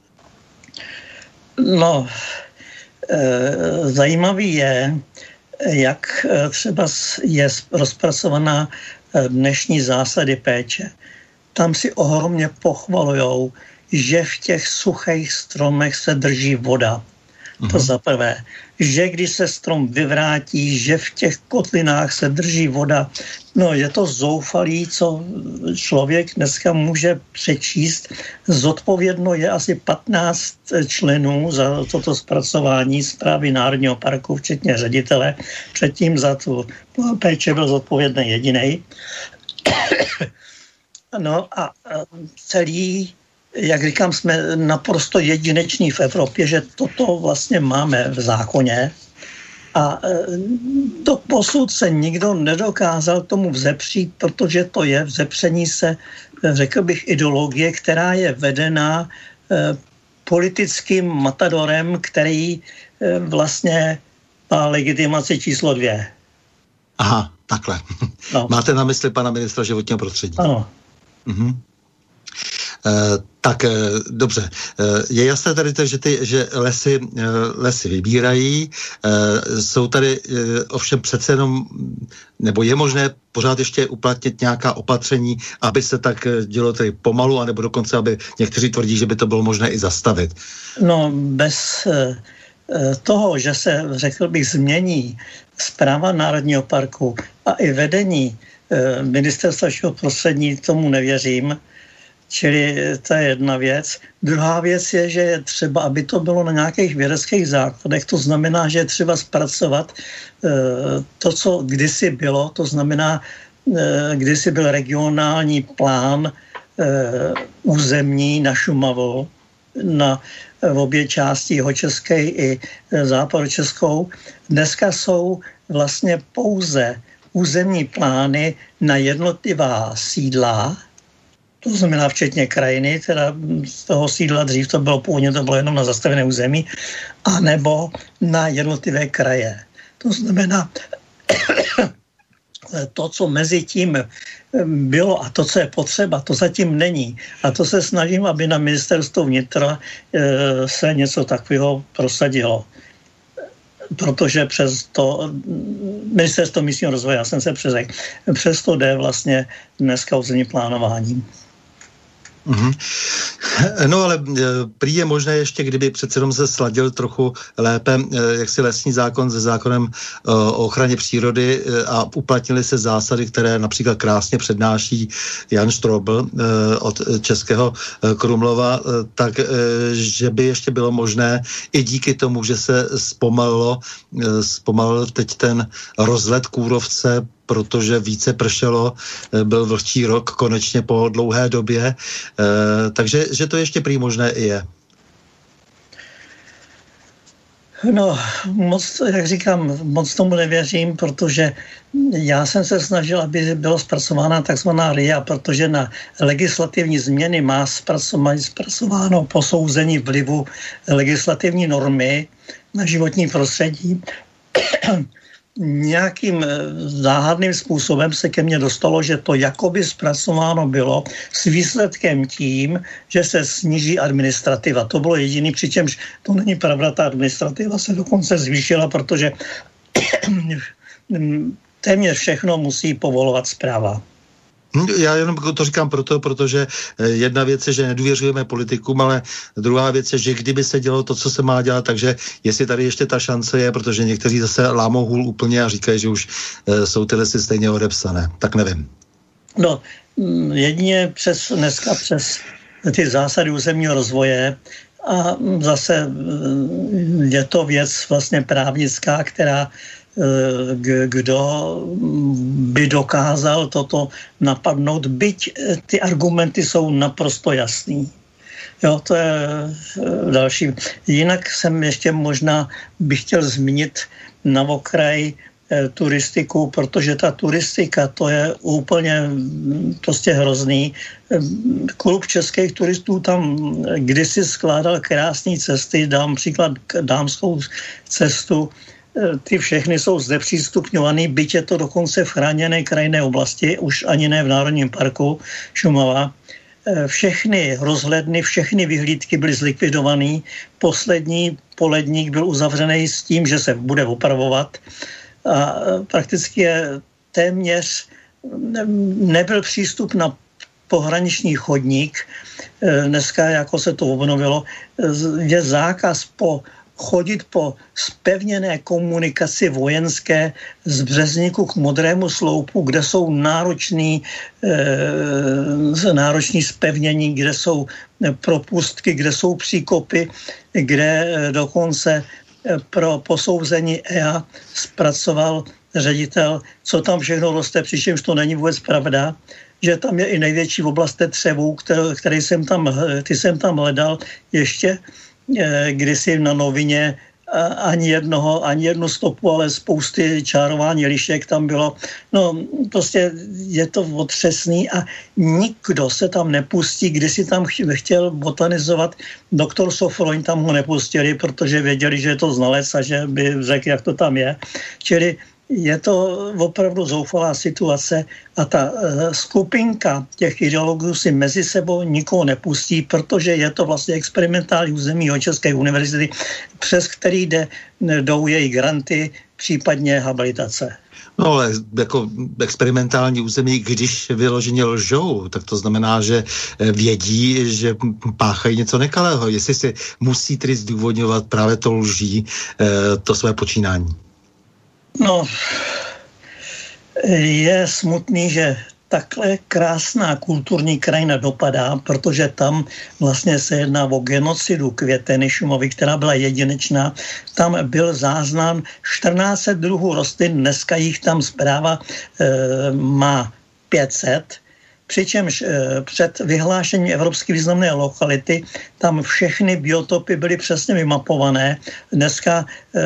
No, zajímavý je, jak třeba je rozpracovaná dnešní zásady péče. Tam si ohromně pochvalujou, že v těch suchých stromech se drží voda. To za prvé. Že když se strom vyvrátí, že v těch kotlinách se drží voda. No, je to zoufalý, co člověk dneska může přečíst. Zodpovědno je asi 15 členů za toto zpracování správy Národního parku, včetně ředitele. Předtím za tu péče byl zodpovědný jedinej. No a celý, jak říkám, jsme naprosto jedineční v Evropě, že toto vlastně máme v zákoně. A do posud se nikdo nedokázal tomu vzepřít, protože to je vzepření se, řekl bych, ideologie, která je vedená politickým matadorem, který vlastně má legitimaci číslo 2. Aha, takhle. No. Máte na mysli pana ministra životního prostředí? Ano. Mhm. Tak dobře. Je jasné tady to, že lesy vybírají. Jsou tady ovšem přece jenom, nebo je možné pořád ještě uplatnit nějaká opatření, aby se tak dělo tady pomalu, anebo dokonce, aby někteří tvrdí, že by to bylo možné i zastavit. No, bez toho, že se, řekl bych, změní správa Národního parku a i vedení ministerstva životního prostředí, tomu nevěřím. Čili to je jedna věc. Druhá věc je, že je třeba, aby to bylo na nějakých vědeckých základech. To znamená, že je třeba zpracovat to, co kdysi bylo. To znamená kdysi byl regionální plán územní na Šumavu, v obě části jihočeské i západočeskou. Dneska jsou vlastně pouze územní plány na jednotlivá sídla, to znamená včetně krajiny, teda z toho sídla dřív to bylo původně, to bylo jenom na zastavené území, anebo na jednotlivé kraje. To znamená, to, co mezi tím bylo a to, co je potřeba, to zatím není. A to se snažím, aby na ministerstvu vnitra se něco takového prosadilo. Protože přes to ministerstvo místního rozvoje, já jsem se přeřekl, přes to jde vlastně dneska územní plánování. Mm-hmm. No ale prý je možné ještě, kdyby přece jenom se sladil trochu lépe jaksi lesní zákon se zákonem o ochraně přírody a uplatnily se zásady, které například krásně přednáší Jan Štrobl od Českého Krumlova, tak že by ještě bylo možné i díky tomu, že se zpomalil teď ten rozlet kůrovce, protože více pršelo, byl vlhčí rok konečně po dlouhé době, takže že to ještě prý možné i je. No, moc, jak říkám, moc tomu nevěřím, protože já jsem se snažil, aby bylo zpracována takzvaná RIA, protože na legislativní změny má zpracováno posouzení vlivu legislativní normy na životní prostředí. Nějakým záhadným způsobem se ke mně dostalo, že to jakoby zpracováno bylo s výsledkem tím, že se sníží administrativa. To bylo jediný, přičemž to není pravda, ta administrativa se dokonce zvýšila, protože téměř všechno musí povolovat správa. Já jenom to říkám protože jedna věc je, že nedůvěřujeme politikům, ale druhá věc je, že kdyby se dělo to, co se má dělat, takže jestli tady ještě ta šance je, protože někteří zase lámou hůl úplně a říkají, že už jsou ty lesy stejně odepsané. Tak nevím. No, jedině dneska přes ty zásady územního rozvoje a zase je to věc vlastně právnická, která kdo by dokázal toto napadnout, byť ty argumenty jsou naprosto jasný. Jo, to je další. Jinak jsem ještě možná bych chtěl zmínit na okraj turistiku, protože ta turistika, to je úplně prostě hrozný. Klub českých turistů tam kdysi skládal krásné cesty, dám příklad dámskou cestu, ty všechny jsou znepřístupňovaný, byť je to dokonce v chráněné krajinné oblasti, už ani ne v Národním parku Šumava. Všechny rozhledny, všechny vyhlídky byly zlikvidovaný. Poslední poledník byl uzavřený s tím, že se bude opravovat. A prakticky je téměř nebyl přístup na pohraniční chodník. Dneska, jako se to obnovilo, je zákaz chodit po zpevněné komunikaci vojenské z Březníku k Modrému sloupu, kde jsou nároční zpevnění, kde jsou propustky, kde jsou příkopy, kde dokonce pro posouzení EIA zpracoval ředitel, co tam všechno roste, přičemž to není vůbec pravda, že tam je i největší oblast tetřevů, který jsem tam hledal ještě kdysi na novině, ani jednu stopu, ale spousty čárování lišek tam bylo. No, prostě je to otřesný a nikdo se tam nepustí, kdysi tam chtěl botanizovat. Doktor Sofroň tam ho nepustili, protože věděli, že je to znalec a že by řekl, jak to tam je. Čili je to opravdu zoufalá situace a ta skupinka těch ideologů si mezi sebou nikoho nepustí, protože je to vlastně experimentální území České univerzity, přes který jdou její granty, případně habilitace. No ale jako experimentální území, když vyloženě lžou, tak to znamená, že vědí, že páchají něco nekalého. Jestli si musí tedy zdůvodňovat právě to lží, to své počínání. No, je smutný, že takhle krásná kulturní krajina dopadá, protože tam vlastně se jedná o genocidu květeny Šumavy, která byla jedinečná. Tam byl záznam 14 druhů rostlin, dneska jich tam správa má 500, přičemž před vyhlášením evropské významné lokality tam všechny biotopy byly přesně vymapované. Dneska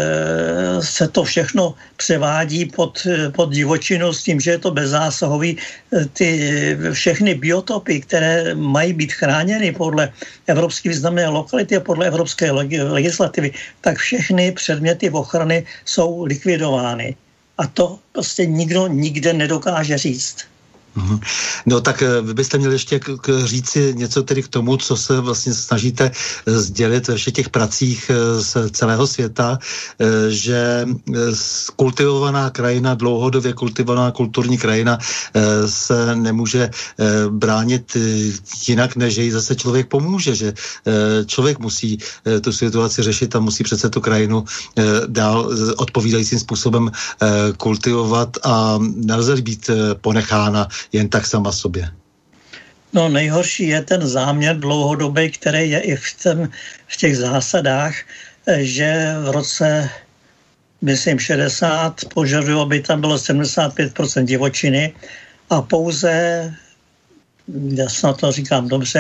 se to všechno převádí pod divočinu s tím, že je to bezzásahový. Ty všechny biotopy, které mají být chráněny podle evropské významné lokality a podle evropské legislativy, tak všechny předměty ochrany jsou likvidovány. A to prostě nikdo nikde nedokáže říct. No tak vy byste měli ještě říci něco tedy k tomu, co se vlastně snažíte sdělit ve všech těch pracích z celého světa, že kultivovaná krajina, dlouhodobě kultivovaná kulturní krajina se nemůže bránit jinak, než že jí zase člověk pomůže, že člověk musí tu situaci řešit a musí přece tu krajinu dál odpovídajícím způsobem kultivovat a nelze být ponechána jen tak sama sobě. No nejhorší je ten záměr dlouhodobý, který je i v těch zásadách, že v roce, myslím, 60 požadují, aby tam bylo 75% divočiny a pouze, já snad to říkám dobře,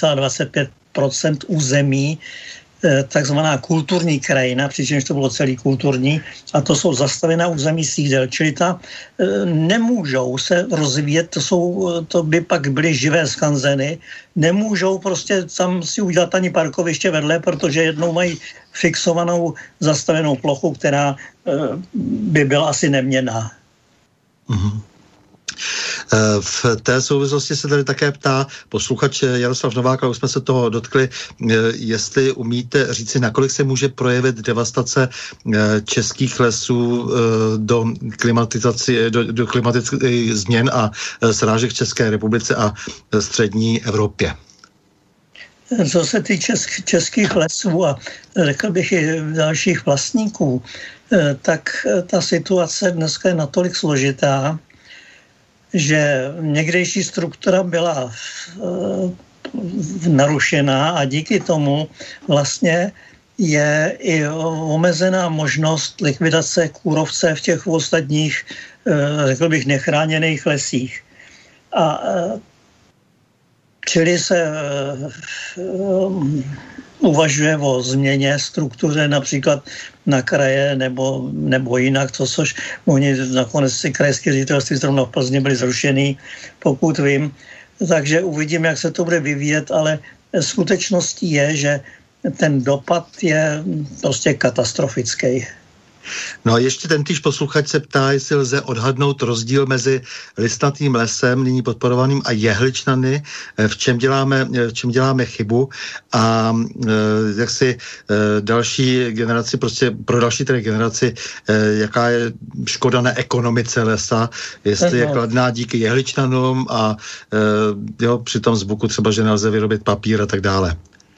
1,25% území, takzvaná kulturní krajina, přičemž to bylo celý kulturní, a to jsou zastavená území sídel, čili ta nemůžou se rozvíjet, to by pak byly živé skanzeny, nemůžou prostě tam si udělat ani parkoviště vedle, protože jednou mají fixovanou zastavenou plochu, která by byla asi neměnná. Mm-hmm. V té souvislosti se tady také ptá posluchač Jaroslav Novák, ale už jsme se toho dotkli, jestli umíte říci, nakolik se může projevit devastace českých lesů do klimatických změn a srážek v České republice a střední Evropě. Co se týče českých lesů a řekl bych i dalších vlastníků, tak ta situace dneska je natolik složitá, že někdejší struktura byla narušená a díky tomu vlastně je i omezená možnost likvidace kůrovce v těch ostatních, řekl bych, nechráněných lesích. A čili se uvažuje o změně struktuře například na kraje nebo jinak, což oni nakonec si krajské ředitelství zrovna v Plzni byly zrušený, pokud vím. Takže uvidím, jak se to bude vyvíjet, ale skutečností je, že ten dopad je prostě katastrofický. No a ještě tentýž posluchač se ptá, jestli lze odhadnout rozdíl mezi listnatým lesem, nyní podporovaným, a jehličnany, v čem děláme chybu a jak si další generaci, prostě pro další tedy generaci, jaká je škoda na ekonomice lesa, jestli je kladná díky jehličnanům a přitom z buku třeba, že nelze vyrobit papír a tak dále.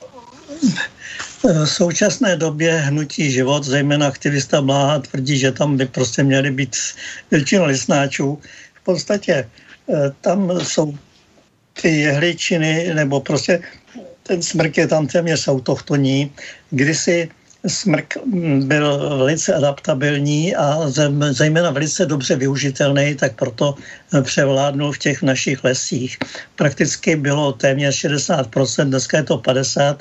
V současné době hnutí Život, zejména aktivista Bláha, tvrdí, že tam by prostě měly být většina listnáčů. V podstatě tam jsou ty jehličiny, nebo prostě ten smrk je tam téměř autochtonní. Kdysi smrk byl velice adaptabilní a zejména velice dobře využitelný, tak proto převládnul v těch našich lesích. Prakticky bylo téměř 60%, dneska je to 50%,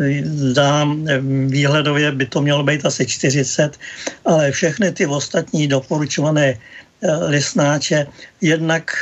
výhledově by to mělo být asi 40%, ale všechny ty ostatní doporučované listnáče jednak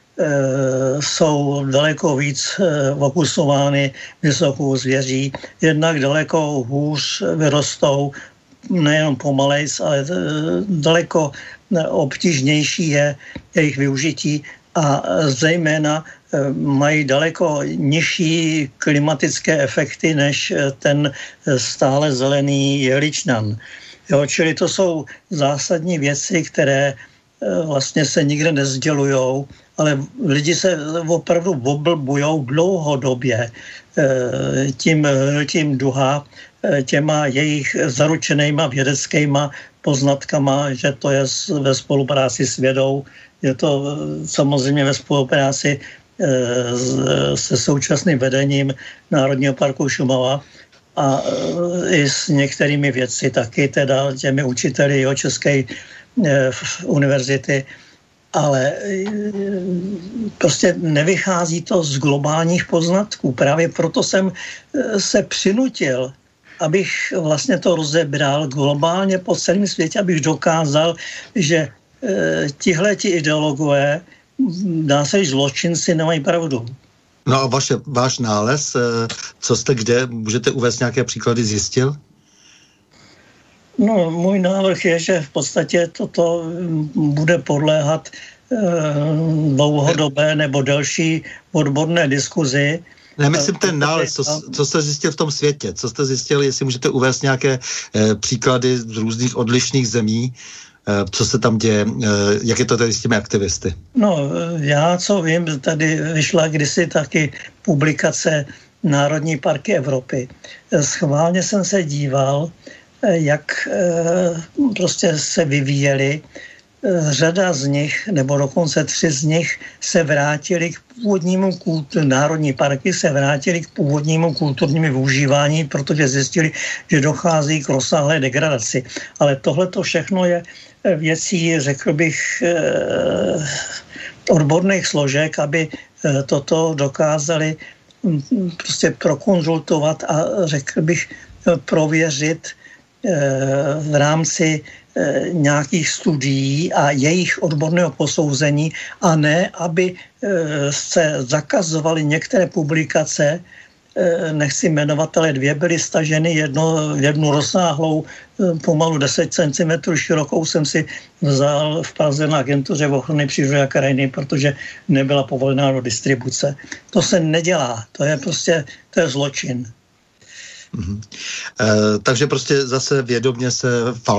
jsou daleko víc okusovány vysokou zvěří, jednak daleko hůř vyrostou, nejenom pomalejc, ale daleko obtížnější je jejich využití a zejména mají daleko nižší klimatické efekty než ten stále zelený jehličnan. Čili to jsou zásadní věci, které vlastně se nikde nezdělujou, ale lidi se opravdu oblbujou dlouhodobě tím duha, těma jejich zaručenýma vědeckýma poznatkama, že to je ve spolupráci s vědou, je to samozřejmě ve spolupráci se současným vedením Národního parku Šumava a i s některými vědci taky, teda těmi učiteli Jihočeské univerzity. ale prostě nevychází to z globálních poznatků. Právě proto jsem se přinutil, abych vlastně to rozebral globálně po celém světě, abych dokázal, že tihleti ideologové, dá se říct, zločinci, nemají pravdu. No a váš nález, co jste kde, můžete uvést nějaké příklady, zjistil? No, můj návrh je, že v podstatě toto bude podléhat dlouhodobé nebo delší odborné diskuzi. Nemyslím ten nález, co jste zjistil v tom světě, co jste zjistil, jestli můžete uvést nějaké příklady z různých odlišných zemí, co se tam děje, jak je to tady s těmi aktivisty? No, já co vím, tady vyšla kdysi taky publikace Národní parky Evropy. Schválně jsem se díval, jak prostě se vyvíjeli. Řada z nich, nebo dokonce 3 z nich se vrátili k původnímu národní parky se vrátili k původnímu kulturnímu využívání, protože zjistili, že dochází k rozsáhlé degradaci. Ale tohle to všechno je věcí, řekl bych, odborných složek, aby toto dokázali prostě prokonzultovat a řekl bych prověřit v rámci nějakých studií a jejich odborného posouzení, a ne, aby se zakazovaly některé publikace, nechci jmenovat, ale 2 byly staženy, jednu rozsáhlou, pomalu 10 cm širokou jsem si vzal v Praze na agentuře v ochrany přírody a krajiny, protože nebyla povolená do distribuce. To se nedělá, to je zločin. Takže prostě zase vědomě se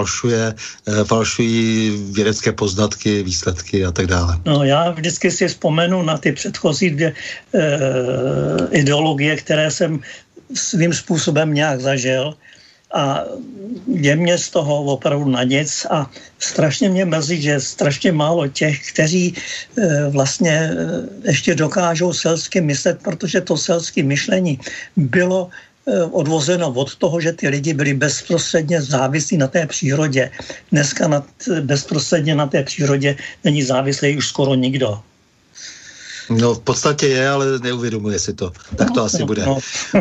falšují vědecké poznatky, výsledky a tak dále. No, já vždycky si vzpomenu na ty předchozí 2 ideologie, které jsem svým způsobem nějak zažil, a je mě z toho opravdu na nic a strašně mě mrzí, že strašně málo těch, kteří vlastně ještě dokážou selsky myslet, protože to selské myšlení bylo odvozeno od toho, že ty lidi byli bezprostředně závislí na té přírodě. Dneska bezprostředně na té přírodě není závislý už skoro nikdo. No v podstatě je, ale neuvědomuje si to. Tak to asi bude.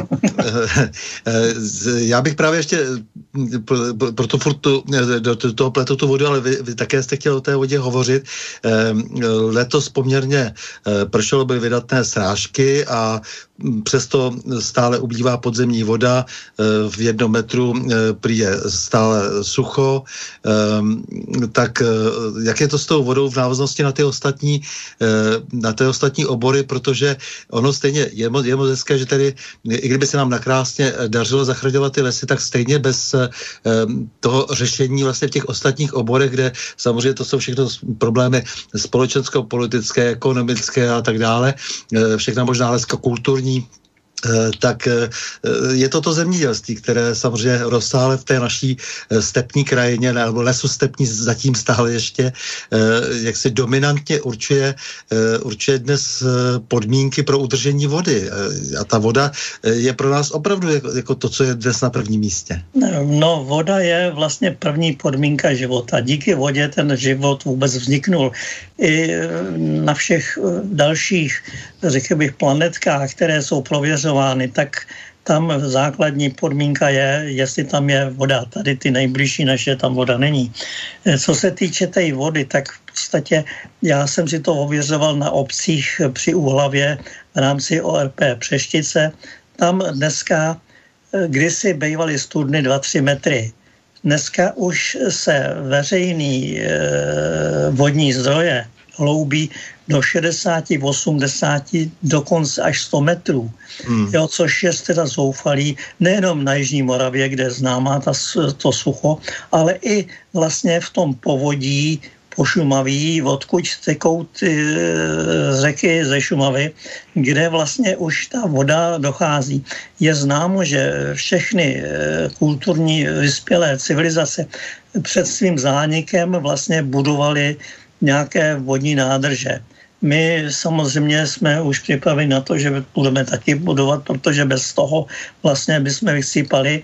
Já bych právě ještě proto furt do toho pletu tu vodu, ale vy také jste chtěl o té vodě hovořit. Letos poměrně pršelo, byly vydatné srážky a přesto stále ubývá podzemní voda, v 1 metru prý je stále sucho, tak jak je to s tou vodou v návaznosti na ty ostatní obory, protože ono stejně je moc hezké, že tady, i kdyby se nám nakrásně dařilo zachraňovat ty lesy, tak stejně bez toho řešení vlastně v těch ostatních oborech, kde samozřejmě to jsou všechno problémy společensko-politické, ekonomické a tak dále, všechna možná kulturní, tak je to zemědělství, které samozřejmě rozsáhle v té naší stepní krajině, nebo lesu stepní zatím stále ještě, jak se dominantně určuje dnes podmínky pro udržení vody. A ta voda je pro nás opravdu jako to, co je dnes na prvním místě. No, voda je vlastně první podmínka života. Díky vodě ten život vůbec vzniknul. I na všech dalších, řekl bych, planetkách, které jsou prověřovány, tak tam základní podmínka je, jestli tam je voda. Tady ty nejbližší naše, tam voda není. Co se týče té vody, tak v podstatě já jsem si to ověřoval na obcích při Úhlavě v rámci ORP Přeštice. Tam dneska kdysi bývaly studny 2-3 metry. Dneska už se veřejný vodní zdroje hloubí do 60, 80, dokonce až 100 metrů. Jo, což je teda zoufalý nejenom na Jižní Moravě, kde je známá to sucho, ale i vlastně v tom povodí po Šumaví, odkud tekou ty řeky ze Šumavy, kde vlastně už ta voda dochází. Je známo, že všechny kulturní vyspělé civilizace před svým zánikem vlastně budovaly nějaké vodní nádrže. My samozřejmě jsme už připraveni na to, že budeme taky budovat, protože bez toho vlastně bychom vysypali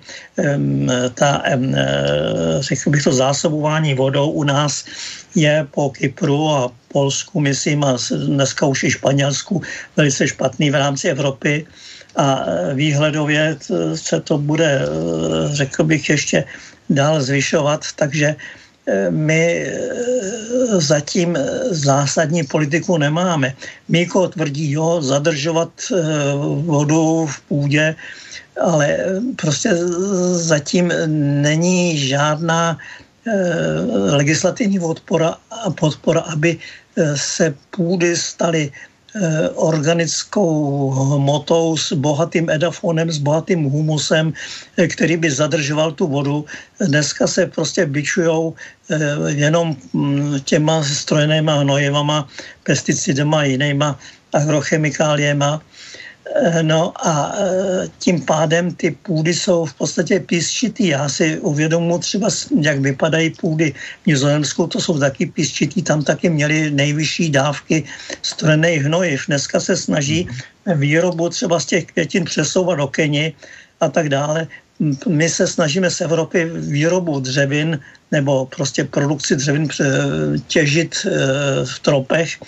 řekl bych to, zásobování vodou u nás je po Kypru a Polsku, myslím, a dneska už i Španělsku velice špatný v rámci Evropy a výhledově se to bude, řekl bych, ještě dál zvyšovat, takže my zatím zásadní politiku nemáme. Míko tvrdí, zadržovat vodu v půdě, ale prostě zatím není žádná legislativní podpora, aby se půdy staly organickou hmotou s bohatým edafonem, s bohatým humusem, který by zadržoval tu vodu. Dneska se prostě bičujou jenom těma strojenýma hnojivama, pesticidama a jinýma agrochemikáliema. No a tím pádem ty půdy jsou v podstatě písčitý. Já si uvědomuji třeba, jak vypadají půdy v Nizozemsku, to jsou taky písčitý, tam taky měli nejvyšší dávky strojených hnojiv. Dneska se snaží výrobu třeba z těch květin přesouvat do Keni a tak dále. My se snažíme z Evropy výrobu dřevin nebo prostě produkci dřevin těžit v tropech.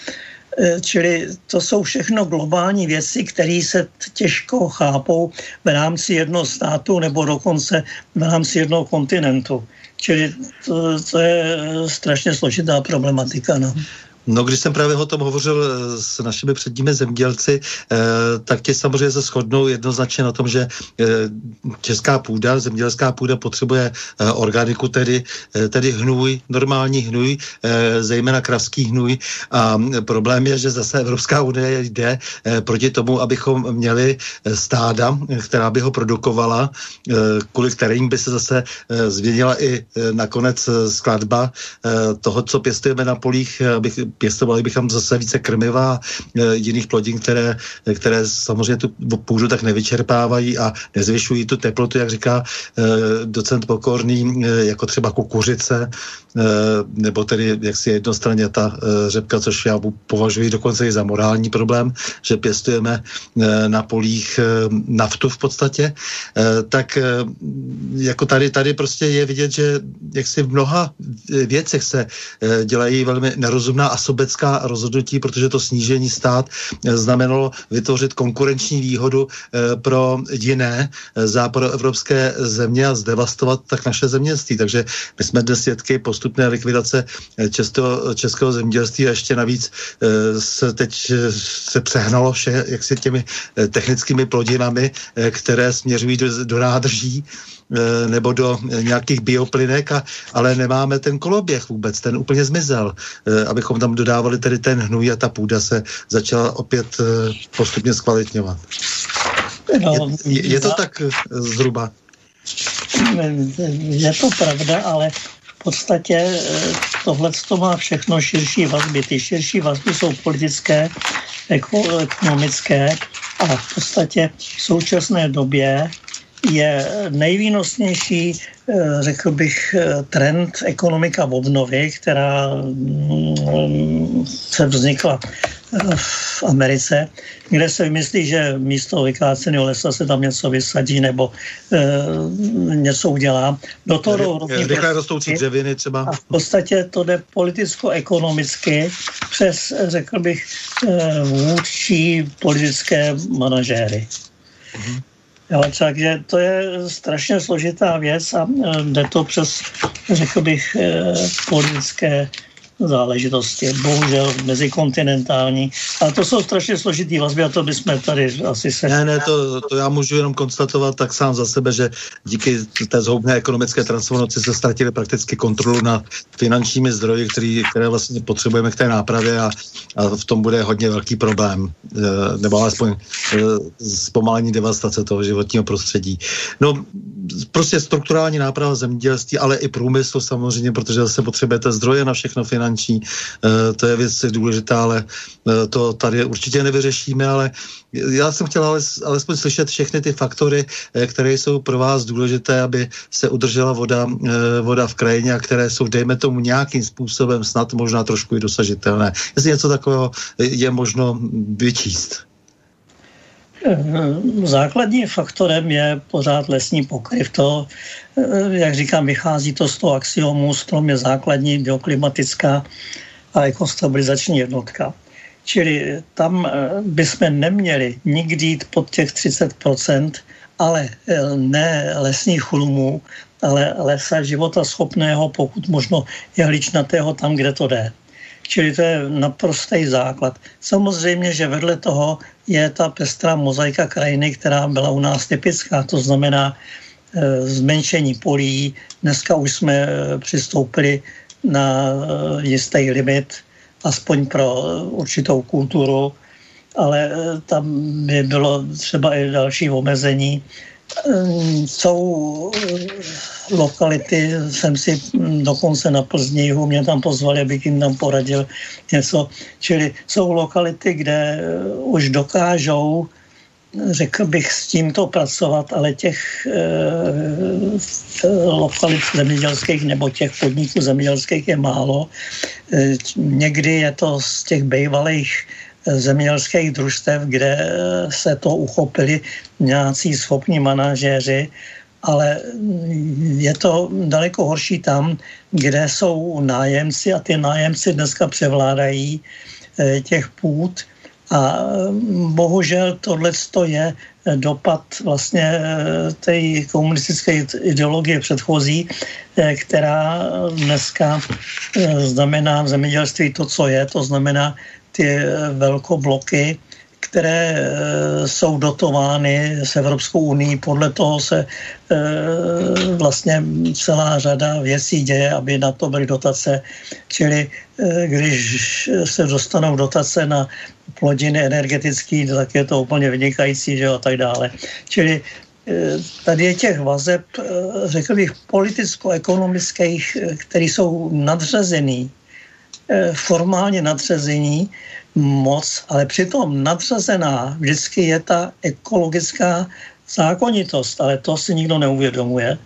Čili to jsou všechno globální věci, které se těžko chápou v rámci jednoho státu nebo dokonce v rámci jednoho kontinentu. Čili to je strašně složitá problematika. No, když jsem právě o tom hovořil s našimi předními zemědělci, tak ti samozřejmě se shodnou jednoznačně na tom, že česká půda, zemědělská půda potřebuje organiku, tedy hnůj, normální hnůj, zejména kravský hnůj. A problém je, že zase Evropská unie jde proti tomu, abychom měli stáda, která by ho produkovala, kvůli kterým by se zase změnila i nakonec skladba toho, co pěstujeme na polích, pěstovali bychom zase více krmiva a jiných plodin, které samozřejmě tu půdu tak nevyčerpávají a nezvyšují tu teplotu, jak říká docent Pokorný, jako třeba kukuřice, nebo tedy jaksi jednostranně ta řepka, což já považuji dokonce i za morální problém, že pěstujeme na polích naftu v podstatě, tak jako tady prostě je vidět, že jaksi v mnoha věcech se dělají velmi nerozumná a sobecká rozhodnutí, protože to snížení stát znamenalo vytvořit konkurenční výhodu pro jiné západoevropské země a zdevastovat tak naše zemědělství. Takže my jsme dnes svědky postupné likvidace českého zemědělství a ještě navíc se přehnalo vše jaksi těmi technickými plodinami, které směřují do nádrží nebo do nějakých bioplynek, ale nemáme ten koloběh vůbec, ten úplně zmizel, abychom tam dodávali tedy ten hnůj a ta půda se začala opět postupně zkvalitňovat. No, je to tak zhruba? Je to pravda, ale v podstatě tohle má všechno širší vazby. Ty širší vazby jsou politické, ekonomické a v podstatě v současné době je nejvýnosnější, řekl bych, trend ekonomika obnovy, která se vznikla v Americe, kde se vymyslí, že místo vykáceného lesa se tam něco vysadí nebo něco udělá. Do toho rychle rostoucí dřeviny třeba. A v podstatě to jde politicko-ekonomicky přes, řekl bych, vůdčí politické manažéry. Mhm. Jo, takže to je strašně složitá věc a jde to přes, řekl bych, politické záležitosti, bohužel mezikontinentální. Ale to jsou strašně složitý vazby a to bychom tady asi se... Ne, to já můžu jenom konstatovat tak sám za sebe, že díky té zhoubné ekonomické transformaci se ztratili prakticky kontrolu nad finančními zdroji, které vlastně potřebujeme k té nápravě a v tom bude hodně velký problém. Nebo alespoň zpomalení devastace toho životního prostředí. No, prostě strukturální náprava zemědělství, ale i průmyslu samozřejmě, protože zase potřebujete zdroje na všechno finanční, to je věc důležitá, ale to tady určitě nevyřešíme, ale já jsem chtěl alespoň slyšet všechny ty faktory, které jsou pro vás důležité, aby se udržela voda v krajině a které jsou, dejme tomu, nějakým způsobem snad možná trošku i dosažitelné. Jestli něco takového je možno vyčíst. Základním faktorem je pořád lesní pokryv. To, jak říkám, vychází to z toho axiomu, strom je základní bioklimatická a ekostabilizační jednotka. Čili tam bychom neměli nikdy jít pod těch 30%, ale ne lesních chrumů, ale lesa života schopného, pokud možno jehličnatého tam, kde to jde. Čili to je naprostý základ. Samozřejmě, že vedle toho je ta pestrá mozaika krajiny, která byla u nás typická, to znamená zmenšení polí. Dneska už jsme přistoupili na jistý limit, aspoň pro určitou kulturu, ale tam by bylo třeba i další omezení. Jsou lokality, jsem si dokonce na Plznihu, mě tam pozvali, abych jim tam poradil něco. Čili jsou lokality, kde už dokážou, řekl bych, s tímto pracovat, ale těch lokalit zemědělských nebo těch podniků zemědělských je málo. Někdy je to z těch bývalých zemědělských družstev, kde se to uchopili nějací schopní manažéři, ale je to daleko horší tam, kde jsou nájemci a ty nájemci dneska převládají těch půd a bohužel tohleto je dopad vlastně té komunistické ideologie předchozí, která dneska znamená v zemědělství to, co je, to znamená ty velkobloky, které jsou dotovány s Evropskou unii. Podle toho se vlastně celá řada věcí děje, aby na to byly dotace. Čili když se dostanou dotace na plodiny energetické, tak je to úplně vynikající, že jo, a tak dále. Čili tady je těch vazeb, řekl bych, politicko-ekonomických, které jsou nadřazený, formálně nadřazení moc, ale přitom nadřazená vždycky je ta ekologická zákonitost, ale to si nikdo neuvědomuje.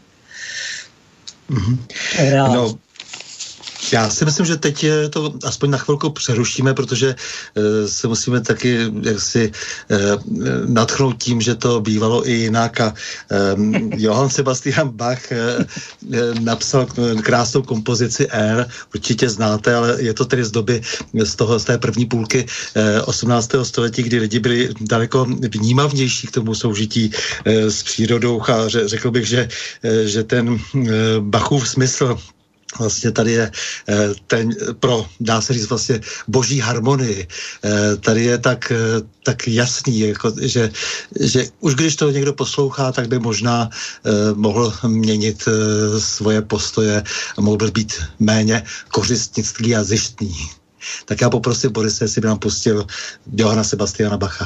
Mm-hmm. No, já si myslím, že teď to aspoň na chvilku přerušíme, protože se musíme taky jaksi nadchnout tím, že to bývalo i jinak a Johann Sebastian Bach napsal krásnou kompozici R, určitě znáte, ale je to tedy z doby z té první půlky 18. století, kdy lidi byli daleko vnímavnější k tomu soužití s přírodou a řekl bych, že ten Bachův smysl vlastně tady je dá se říct vlastně boží harmonii. Tady je tak jasný, jako, že už když to někdo poslouchá, tak by možná mohl měnit svoje postoje a mohl být méně kořistnický a zištný. Tak já poprosím Borise, jestli by nám pustil Johanna Sebastiana Bacha.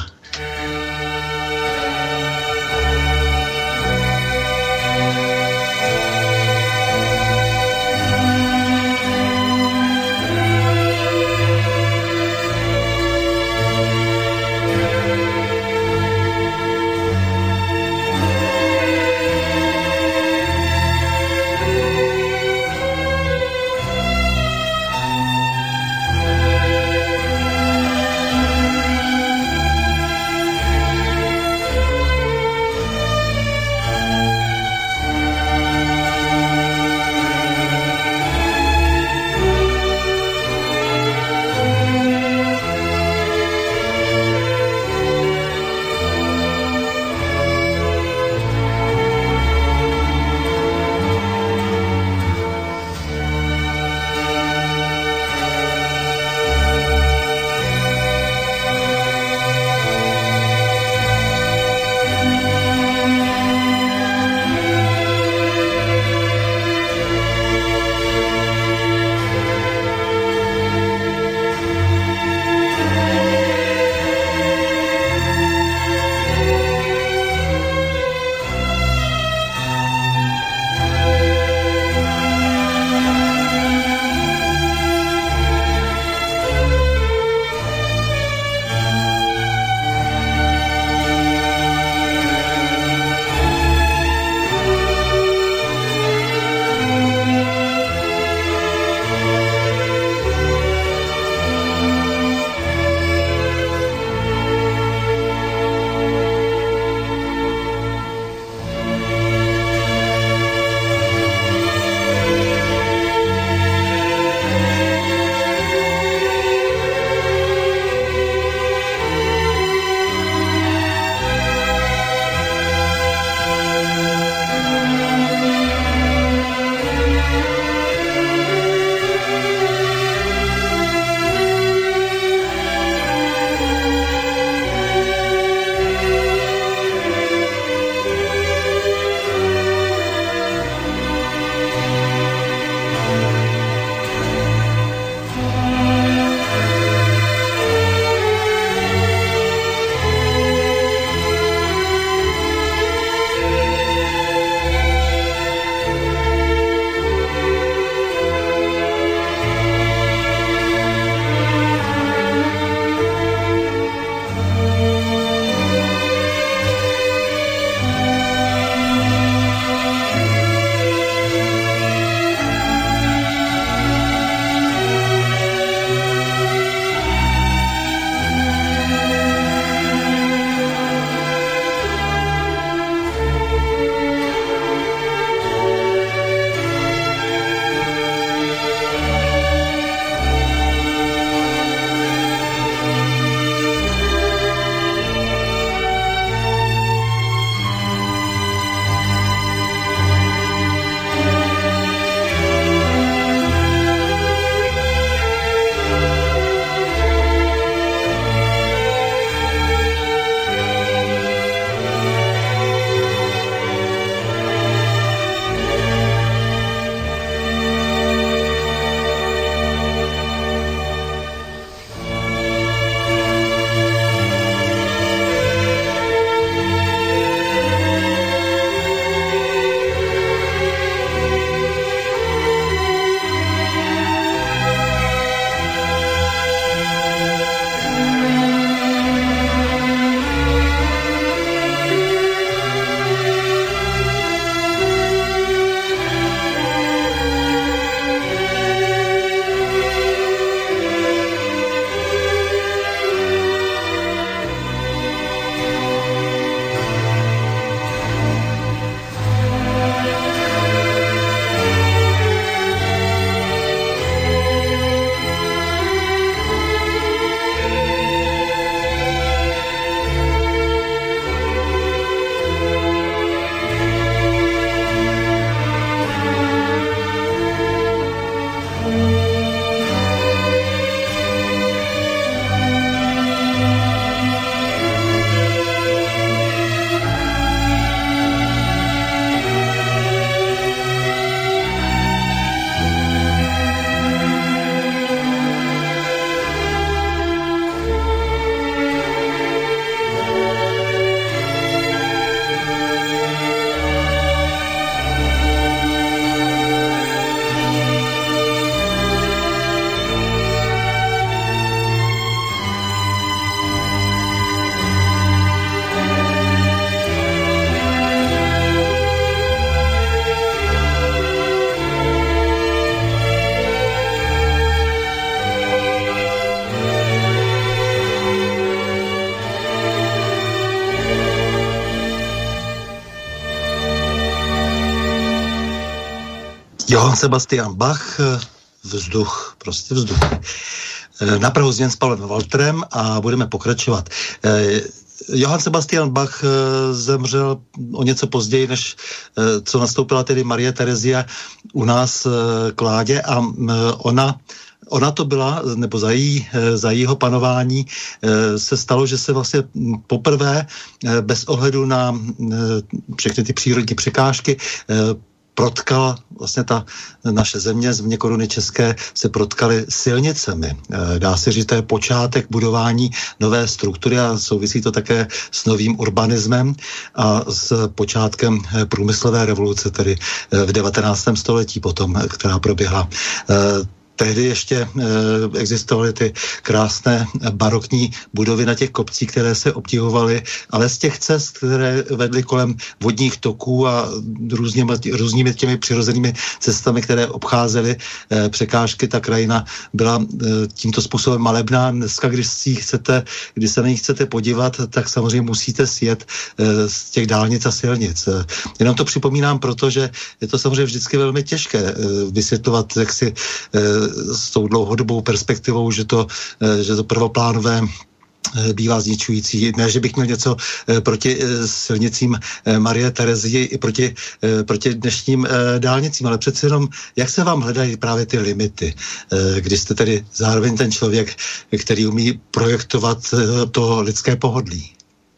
Johann Sebastian Bach, Vzduch, prostě vzduch. Na Prahu změn s Pavlem Walterem a budeme pokračovat. Johann Sebastian Bach zemřel o něco později, než co nastoupila tedy Marie Terezia u nás k vládě a ona to byla, nebo za jejího panování se stalo, že se vlastně poprvé bez ohledu na všechny ty přírodní překážky protkala vlastně ta naše země koruny české se protkaly silnicemi. Dá se říct, to je počátek budování nové struktury a souvisí to také s novým urbanismem a s počátkem průmyslové revoluce, tedy v 19. století potom, která proběhla. Tehdy ještě existovaly ty krásné barokní budovy na těch kopcích, které se obdivovaly, ale z těch cest, které vedly kolem vodních toků a různými těmi přirozenými cestami, které obcházely překážky, ta krajina byla tímto způsobem malebná. Dneska, když se na ní chcete podívat, tak samozřejmě musíte sjet z těch dálnic a silnic. Jenom to připomínám, protože je to samozřejmě vždycky velmi těžké vysvětlovat, jak si s tou dlouhodobou perspektivou, že to prvoplánové bývá zničující. Ne, že bych měl něco proti silnicím Marie Terezie i proti dnešním dálnicím, ale přece jenom, jak se vám hledají právě ty limity, když jste tedy zároveň ten člověk, který umí projektovat to lidské pohodlí?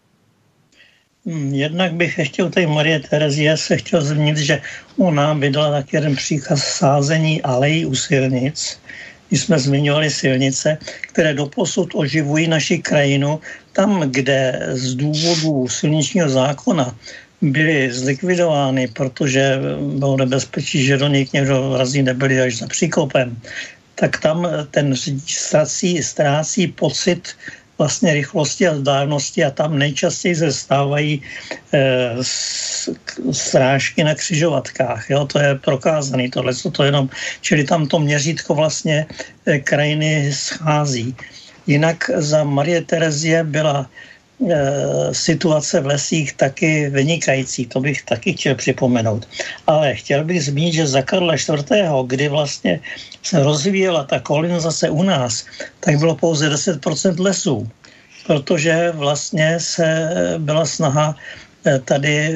Jednak bych ještě u té Marie Terezie se chtěl zmínit, že ona vydala tak jeden příkaz sázení alejí u silnic. Když jsme zmiňovali silnice, které doposud oživují naši krajinu, tam, kde z důvodu silničního zákona byly zlikvidovány, protože bylo nebezpečí, že do nich někdo razí, nebyli až za příkopem, tak tam ten řidič ztrácí pocit vlastně rychlosti a vzdálenosti a tam nejčastěji se stávají srážky na křižovatkách. Jo? To je prokázaný tohle, co to jenom, čili tam to měřítko vlastně krajiny schází. Jinak za Marie Terezie byla situace v lesích taky vynikající, to bych taky chtěl připomenout. Ale chtěl bych zmínit, že za Karla IV., kdy vlastně se rozvíjela ta kolonizace u nás, tak bylo pouze 10% lesů, protože vlastně byla snaha tady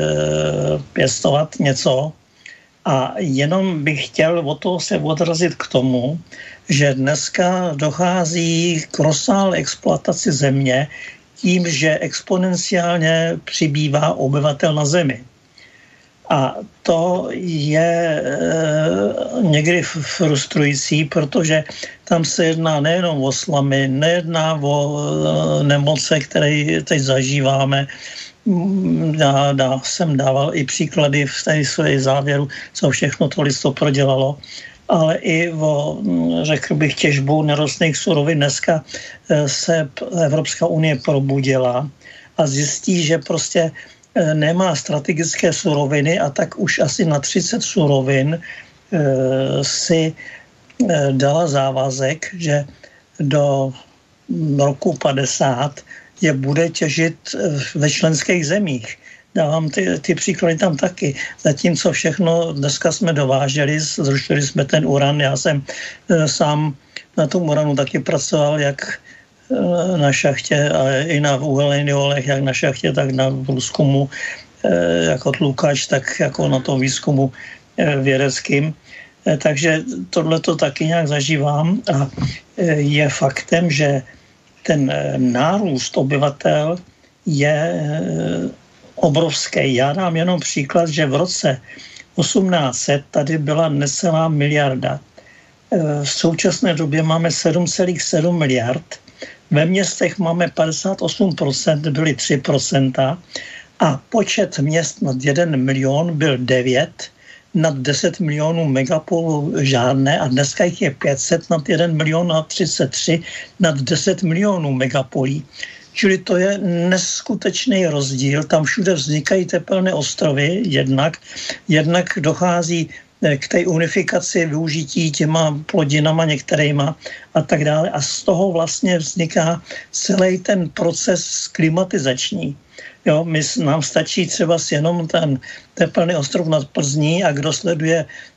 pěstovat něco a jenom bych chtěl od toho se odrazit k tomu, že dneska dochází k rozsáhlé exploataci země tím, že exponenciálně přibývá obyvatel na zemi. A to je někdy frustrující, protože tam se jedná nejenom o slamy, nejedná o nemoce, které teď zažíváme. Já jsem dával i příklady v té své závěru, co všechno to lidstvo prodělalo, ale i o, řekl bych, těžbou nerostných surovin. Dneska se Evropská unie probudila a zjistí, že prostě nemá strategické suroviny a tak už asi na 30 surovin si dala závazek, že do roku 50 je bude těžit ve členských zemích. Dávám ty příklady tam taky. Zatímco všechno dneska jsme dováželi, zrušili jsme ten uran. Já jsem sám na tom uranu taky pracoval, jak na šachtě a i na uhelných dolech, jak na šachtě, tak na průzkumu jako tlukač, tak jako na tom výzkumu vědeckým. Takže tohle to taky nějak zažívám a je faktem, že ten nárůst obyvatel je obrovský. Já dám jenom příklad, že v roce 1800 tady byla necelá miliarda. V současné době máme 7,7 miliard. Ve městech máme 58%, byly 3% a počet měst nad 1 milion byl 9, nad 10 milionů megapolů žádné a dneska jich je 500 nad 1 milion a 33 nad 10 milionů megapolí. Čili to je neskutečný rozdíl. Tam všude vznikají tepelné ostrovy, jednak dochází k té unifikaci využití těma plodinama některýma a tak dále. A z toho vlastně vzniká celý ten proces klimatizační. Jo, nám stačí třeba jenom ten tepelný ostrov nad Plzní a kdo sleduje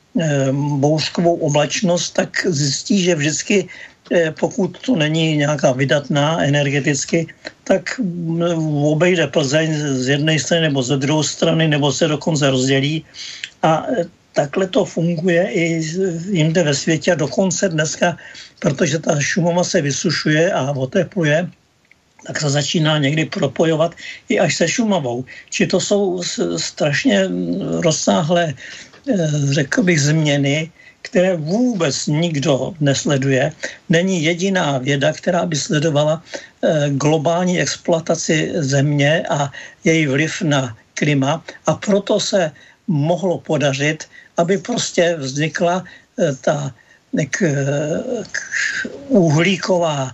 bouřkovou oblačnost, tak zjistí, že vždycky, pokud to není nějaká vydatná energeticky, tak obejde Plzeň z jedné strany nebo ze druhé strany, nebo se dokonce rozdělí. A takhle to funguje i jinde ve světě a dokonce dneska, protože ta Šumava se vysušuje a otepluje, tak se začíná někdy propojovat i až se Šumavou. Či to jsou strašně rozsáhlé, řekl bych, změny, které vůbec nikdo nesleduje. Není jediná věda, která by sledovala globální exploataci země a její vliv na klima, a proto se mohlo podařit, aby prostě vznikla ta uhlíková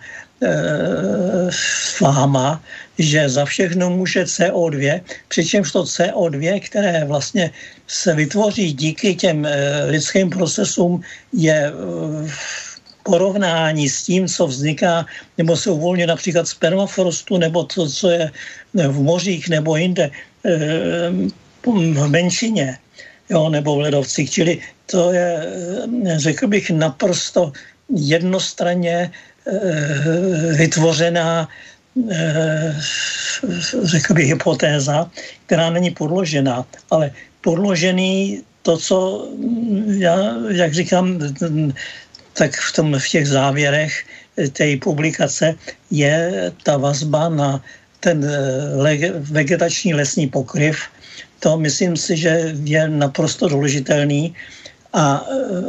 fáma, že za všechno může CO2, přičemž to CO2, které vlastně se vytvoří díky těm lidským procesům, je v porovnání s tím, co vzniká, nebo se uvolňuje například z permafrostu, nebo to, co je v mořích, nebo jinde, v menšině, jo, nebo v ledovcích. Čili to je, řekl bych, naprosto jednostranně vytvořená, řekl bych, hypotéza, která není podložená, ale podložený to, co já, jak říkám, tak v těch závěrech té publikace je ta vazba na ten vegetační lesní pokryv. To myslím si, že je naprosto důležitelný. A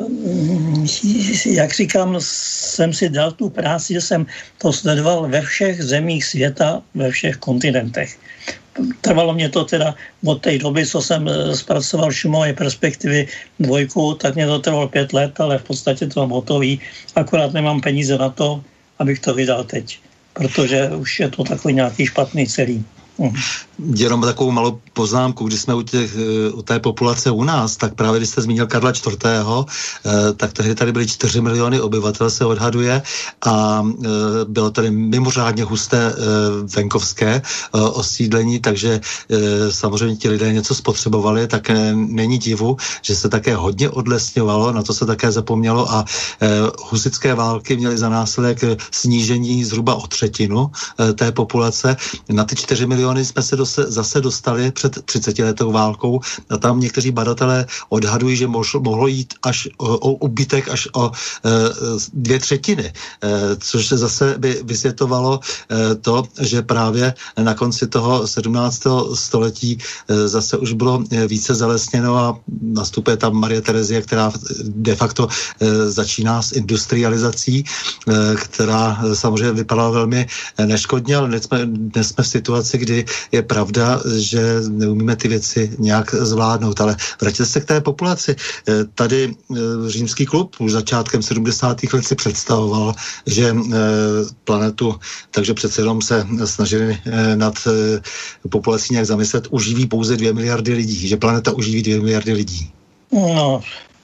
jak říkám, jsem si dal tu práci, že jsem to sledoval ve všech zemích světa, ve všech kontinentech. Trvalo mě to teda od té doby, co jsem zpracoval Šumavy perspektivy 2, tak mě to trvalo 5 let, ale v podstatě to mám hotový. Akorát nemám peníze na to, abych to vydal teď, protože už je to takový nějaký špatný celý. Jenom takovou malou poznámku, když jsme u té populace u nás, tak právě když jste zmínil Karla IV., tak tehdy tady byly 4 miliony obyvatel, se odhaduje, a bylo tady mimořádně husté venkovské osídlení, takže samozřejmě ti lidé něco spotřebovali, tak není divu, že se také hodně odlesňovalo, na to se také zapomnělo, a husitské války měly za následek snížení zhruba o 1/3 té populace. Na ty 4 miliony jsme se zase dostali před 30letou válkou, a tam někteří badatelé odhadují, že mohlo jít až o úbytek až o 2/3, což se zase by vysvětovalo to, že právě na konci toho 17. století zase už bylo více zalesněno a nastupuje tam Marie Terezie, která de facto začíná s industrializací, která samozřejmě vypadala velmi neškodně, ale dnes jsme v situaci, kdy je pravda, že neumíme ty věci nějak zvládnout. Ale vraťte se k té populaci. Tady Římský klub už začátkem 70. let si představoval, že planetu, takže přece jenom se snažili nad populací nějak zamyslet, uživí pouze 2 miliardy lidí, že planeta uživí 2 miliardy lidí. No,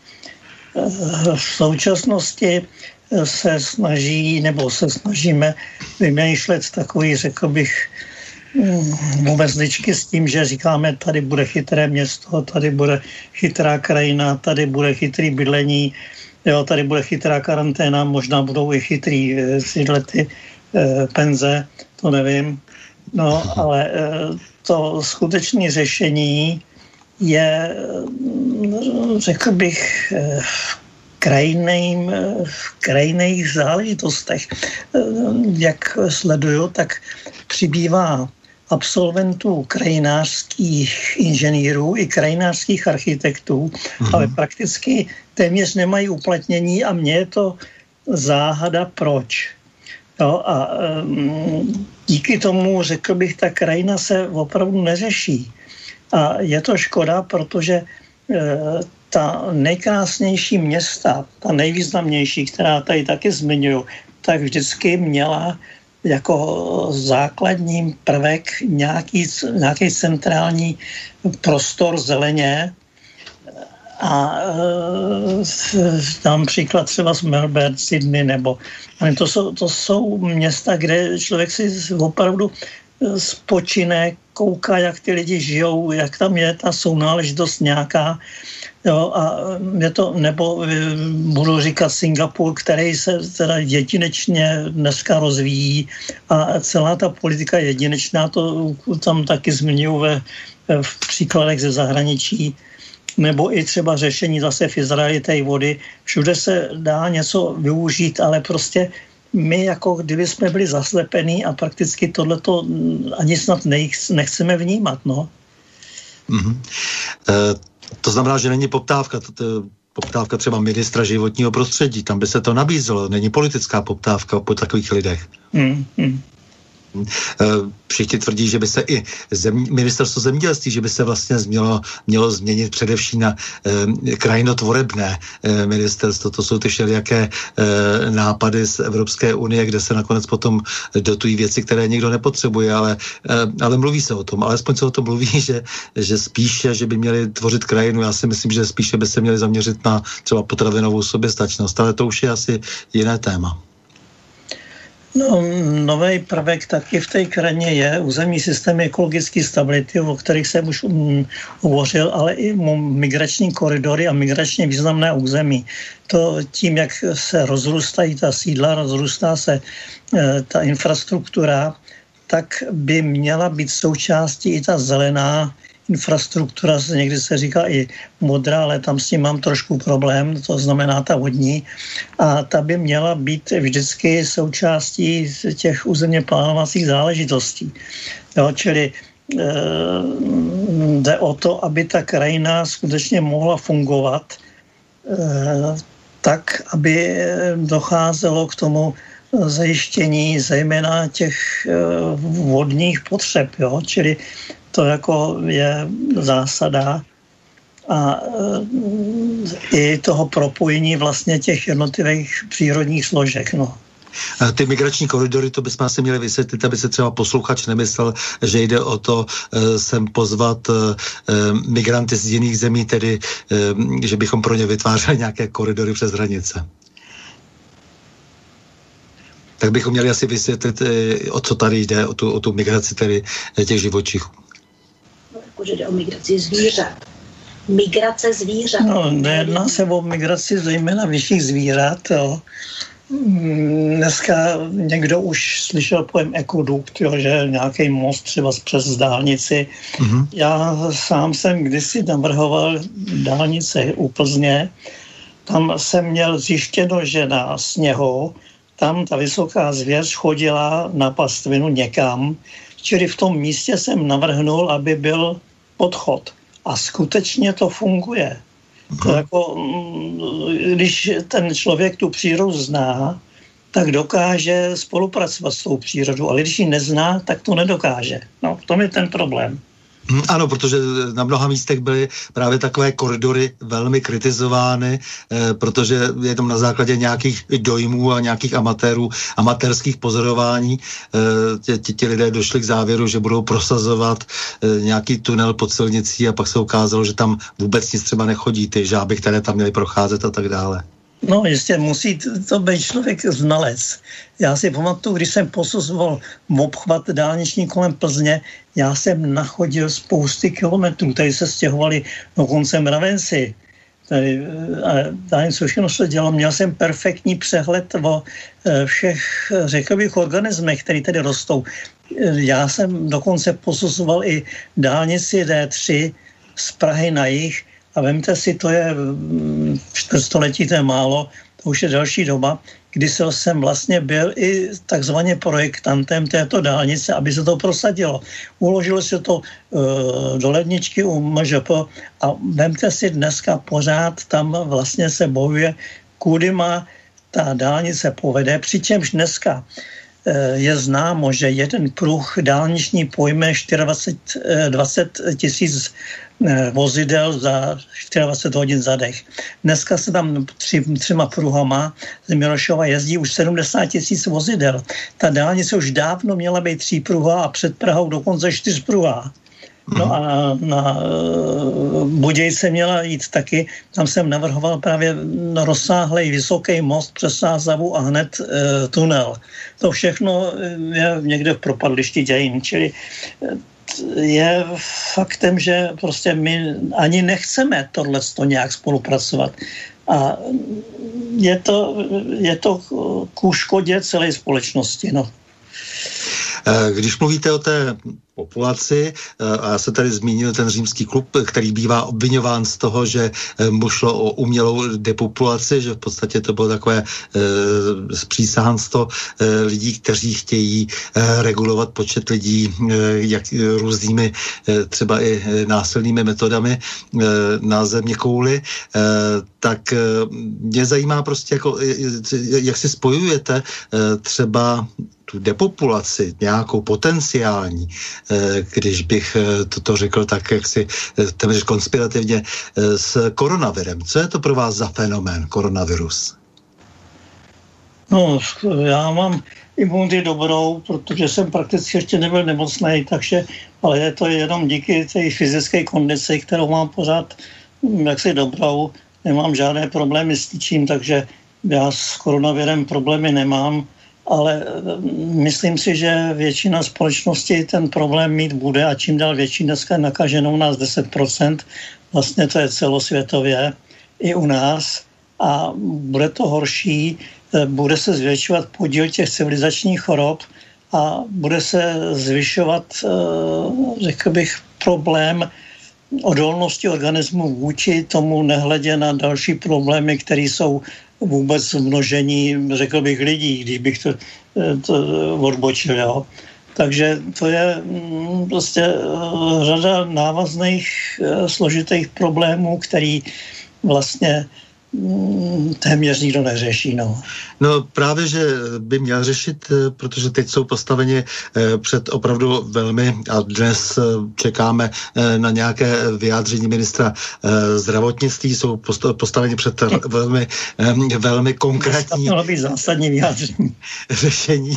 v současnosti se snažíme vymýšlet takový, řekl bych, obezličky s tím, že říkáme, tady bude chytré město, tady bude chytrá krajina, tady bude chytrý bydlení, jo, tady bude chytrá karanténa, možná budou i chytrý ty penze, to nevím. No, ale to skutečné řešení je, řekl bych, v krajných záležitostech. Jak sleduju, tak přibývá absolventů krajinářských inženýrů i krajinářských architektů, ale prakticky téměř nemají uplatnění a mně je to záhada proč. Jo, a díky tomu, řekl bych, ta krajina se opravdu neřeší. A je to škoda, protože ta nejkrásnější města, ta nejvýznamnější, která tady taky zmiňuju, tak vždycky měla jako základní prvek nějaký centrální prostor zeleně. A dám příklad třeba z Melbourne, Sydney, nebo to jsou města, kde člověk si opravdu spočine, kouká, jak ty lidi žijou, jak tam je ta sounáležitost nějaká. Jo, a je to, nebo budu říkat Singapur, který se teda jedinečně dneska rozvíjí a celá ta politika je jedinečná, to tam taky zmiňuji v příkladech ze zahraničí, nebo i třeba řešení zase v Izraeli té vody. Všude se dá něco využít, ale prostě my jako kdyby jsme byli zaslepení a prakticky tohleto ani snad nechceme vnímat, no. Mm-hmm. To znamená, že není poptávka, poptávka třeba ministra životního prostředí, tam by se to nabízelo, není politická poptávka po takových lidech. Všichni tvrdí, že by se i ministerstvo zemědělství, že by se vlastně mělo změnit především na krajinotvorebné ministerstvo. To jsou ty všelijaké nápady z Evropské unie, kde se nakonec potom dotují věci, které nikdo nepotřebuje, ale mluví se o tom. Alespoň se o tom mluví, že spíše, že by měli tvořit krajinu. Já si myslím, že spíše by se měli zaměřit na třeba potravinovou soběstačnost, ale to už je asi jiné téma. No, nový prvek taky v té krajině je územní systém ekologické stability, o kterých jsem už hovořil, ale i migrační koridory a migračně významné území. To tím, jak se rozrůstají ta sídla, rozrůstá se ta infrastruktura, tak by měla být součástí i ta zelená infrastruktura, někdy se říká i modrá, ale tam s tím mám trošku problém, to znamená ta vodní. A ta by měla být vždycky součástí těch územně plánovacích záležitostí. Jo, čili jde o to, aby ta krajina skutečně mohla fungovat tak, aby docházelo k tomu zajištění zejména těch vodních potřeb. Jo? Čili to jako je zásada a i toho propojení vlastně těch jednotlivých přírodních složek. No. Ty migrační koridory, to bychom asi měli vysvětlit, aby se třeba posluchač nemyslel, že jde o to sem pozvat migranty z jiných zemí, tedy že bychom pro ně vytvářeli nějaké koridory přes hranice. Tak bychom měli asi vysvětlit, o co tady jde, o tu migraci tedy těch živočichů. Že jde o migraci zvířat. Migrace zvířat. No, nejedná se o migraci zejména vyšších zvířat. Jo. Dneska někdo už slyšel pojem ekodukt, jo, že nějaký most třeba přes dálnici. Mm-hmm. Já sám jsem kdysi navrhoval dálnice u Plzně. Tam jsem měl zjištěno, že na sněhu tam ta vysoká zvěř chodila na pastvinu někam, čili v tom místě jsem navrhnul, aby byl podchod. A skutečně to funguje. To jako, když ten člověk tu přírodu zná, tak dokáže spolupracovat s tou přírodou, ale když ji nezná, tak to nedokáže. No, v tom je ten problém. Ano, protože na mnoha místech byly právě takové koridory velmi kritizovány, protože je tam na základě nějakých dojmů a nějakých amatérských pozorování ti lidé došli k závěru, že budou prosazovat nějaký tunel pod silnicí a pak se ukázalo, že tam vůbec nic třeba nechodí, ty žáby, které tam měly procházet a tak dále. No jistě, musí to být člověk znalec. Já si pamatuju, když jsem posuzoval obchvat dálniční kolem Plzně, já jsem nachodil spousty kilometrů, tady se stěhovali dokonce mravenci. Tady všechno se dělo, měl jsem perfektní přehled o všech řekových organismech, které tady rostou. Já jsem dokonce posuzoval i dálnici D3 z Prahy na jih. A vemte si, to je 400letí, to je málo, to už je další doba, kdy jsem vlastně byl i takzvaně projektantem této dálnice, aby se to prosadilo. Uložilo se to do ledničky u MŽP a vemte si, dneska pořád tam vlastně se bojuje, kudy má ta dálnice povede, přičemž dneska je známo, že jeden pruh dálniční pojme 20 tisíc vozidel za 24 hodin za dech. Dneska se tam třema pruhama z Milošova jezdí už 70 tisíc vozidel. Ta dálnice už dávno měla být 3pruhá a před Prahou dokonce 4pruhá. No a na Budějce měla jít taky, tam jsem navrhoval právě rozsáhlej vysoký most přes Sázavu a hned tunel. To všechno je někde v propadlišti dějin, čili je faktem, že prostě my ani nechceme tohleto nějak spolupracovat. A je to ku škodě celé společnosti, no. Když mluvíte o té populaci, a já se tady zmínil ten římský klub, který bývá obviňován z toho, že mu šlo o umělou depopulaci, že v podstatě to bylo takové zpřísahánstvo lidí, kteří chtějí regulovat počet lidí jak různými třeba i násilnými metodami na zeměkouli, tak mě zajímá prostě, jako, jak si spojujete třeba tu depopulaci, nějakou potenciální, když bych to řekl tak, jak si téměř konspirativně, s koronavirem. Co je to pro vás za fenomén, koronavirus? No, já mám imunitu dobrou, protože jsem prakticky ještě nebyl nemocný, takže, ale je to jenom díky té fyzické kondici, kterou mám pořád jaksi dobrou. Nemám žádné problémy s ničím, takže já s koronavirem problémy nemám. Ale myslím si, že většina společnosti ten problém mít bude a čím dál větší, dneska nakaženou nás 10%, vlastně to je celosvětově i u nás a bude to horší, bude se zvětšovat podíl těch civilizačních chorob a bude se zvyšovat, řekl bych, problém odolnosti organismu vůči tomu, nehledě na další problémy, které jsou vůbec množení, řekl bych, lidí, když bych to odbočil. Jo. Takže to je prostě řada návazných složitých problémů, který vlastně téměř nikdo neřeší. No právě, že by měl řešit, protože teď jsou postaveni před opravdu velmi, a dnes čekáme na nějaké vyjádření ministra zdravotnictví, jsou postaveni před velmi konkrétní... To mělo být zásadní vyjádření. Řešení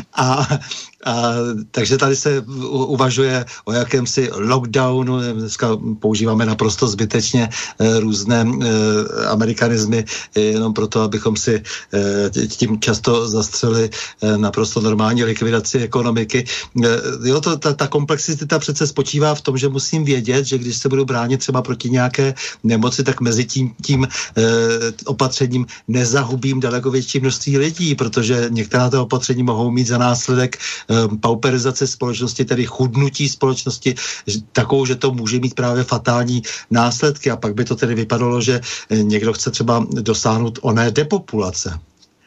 takže tady se uvažuje o jakémsi lockdownu, dneska používáme naprosto zbytečně různé amerikanismy, jenom proto, abychom si tím často zastřeli naprosto normální likvidaci ekonomiky. Jo, ta komplexita přece spočívá v tom, že musím vědět, že když se budu bránit třeba proti nějaké nemoci, tak mezi tím opatřením nezahubím daleko větší množství lidí, protože některá ta opatření mohou mít za následek pauperizace společnosti, tedy chudnutí společnosti, takovou, že to může mít právě fatální následky a pak by to tedy vypadalo, že někdo chce třeba dosáhnout oné depopulace.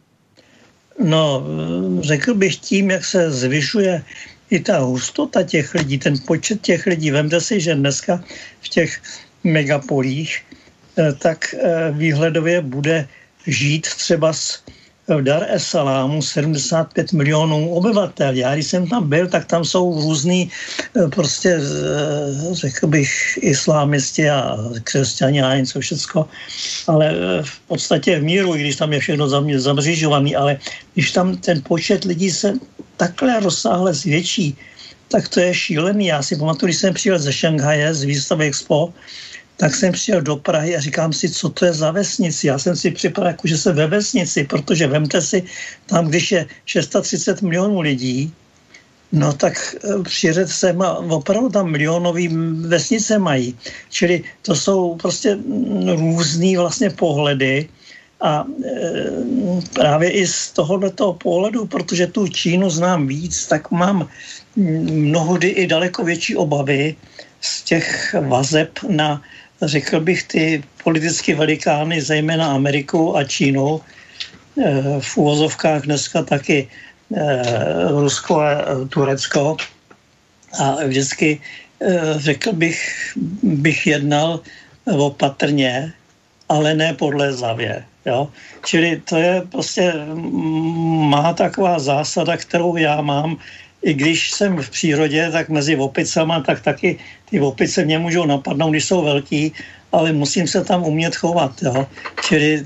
No, řekl bych tím, jak se zvyšuje i ta hustota těch lidí, ten počet těch lidí. Vemte si, že dneska v těch megapolích tak výhledově bude žít třeba v Dar es Salámu 75 milionů obyvatel. Já, když jsem tam byl, tak tam jsou různý prostě, řekl bych, islámisti a křesťani a něco všecko, ale v podstatě v míru, i když tam je všechno zamřížovaný, ale když tam ten počet lidí se takhle rozsáhle zvětší, tak to je šílený. Já si pamatuju, když jsem přijel ze Šanghaje, z výstavy Expo, tak jsem přijel do Prahy a říkám si, co to je za vesnici. Já jsem si připadal, jako že jsem ve vesnici, protože vemte si, tam, když je 630 milionů lidí, no tak přijet sem a opravdu tam milionový vesnice mají. Čili to jsou prostě různý vlastně pohledy a právě i z tohoto pohledu, protože tu Čínu znám víc, tak mám mnohdy i daleko větší obavy z těch vazeb na, řekl bych, ty politické velikány, zejména Ameriku a Čínu, v uvozovkách dneska taky Rusko a Turecko. A vždycky, řekl bych jednal opatrně, ale ne podlézavě. Jo? Čili to je prostě má taková zásada, kterou já mám. I když jsem v přírodě, tak mezi opicama, tak taky ty opice mě můžou napadnout, když jsou velký, ale musím se tam umět chovat. Jo? Čili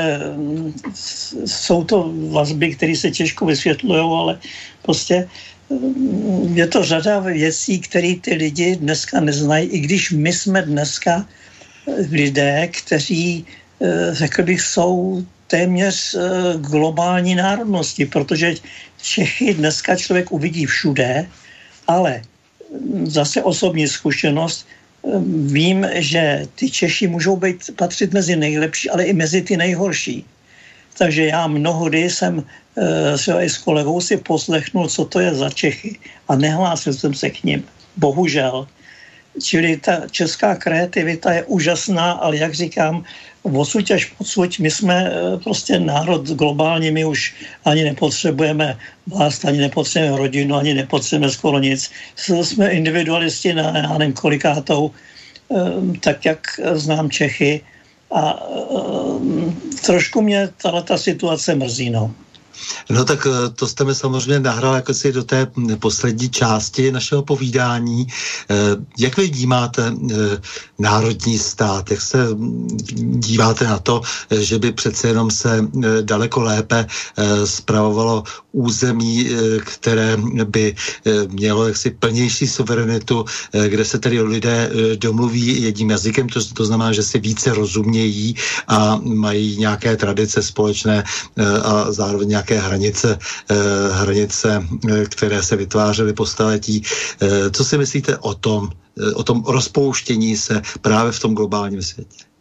jsou to vazby, které se těžko vysvětlují, ale prostě je to řada věcí, které ty lidi dneska neznají, i když my jsme dneska lidé, kteří, řekl bych, jsou téměř globální národnosti, protože Čechy dneska člověk uvidí všude, ale zase osobní zkušenost, vím, že ty Češi můžou patřit mezi nejlepší, ale i mezi ty nejhorší. Takže já mnohdy jsem i s kolegou si poslechnul, co to je za Čechy a nehlásil jsem se k nim. Bohužel. Čili ta česká kreativita je úžasná, ale jak říkám, odsud až podsud, my jsme prostě národ globálně, my už ani nepotřebujeme vlast, ani nepotřebujeme rodinu, ani nepotřebujeme skoro nic. Jsme individualisti na já nevím kolikátou, tak jak znám Čechy a trošku mě ta situace mrzí, no. No tak to jste mi samozřejmě nahrál jako si do té poslední části našeho povídání. Jak vy vnímáte národní stát? Jak se díváte na to, že by přece jenom se daleko lépe spravovalo území, které by mělo jaksi plnější suverenitu, kde se tedy lidé domluví jedním jazykem, to znamená, že si více rozumějí a mají nějaké tradice společné a zároveň nějaké hranice, které se vytvářely po staletí. Co si myslíte o tom rozpouštění se právě v tom globálním světě?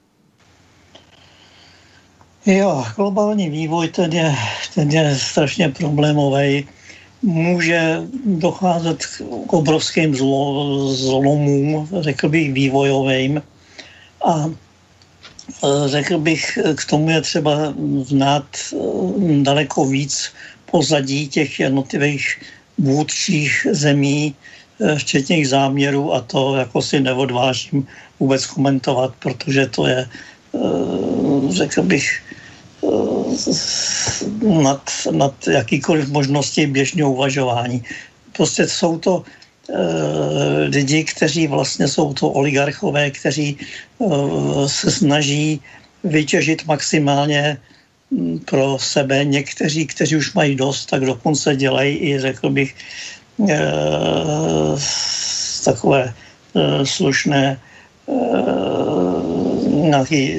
Jo, globální vývoj, ten je strašně problémový. Může docházet k obrovským zlomům, řekl bych, vývojovým. A řekl bych, k tomu je třeba znát daleko víc pozadí těch jednotlivých vůdčích zemí, včetně jejich záměrů, a to jako si neodvážím vůbec komentovat, protože to je, řekl bych, nad jakýkoliv možností běžného uvažování. Prostě jsou to lidi, kteří vlastně jsou to oligarchové, kteří se snaží vytěžit maximálně pro sebe. Někteří, kteří už mají dost, tak dokonce dělají i, řekl bych, takové slušné nějaký,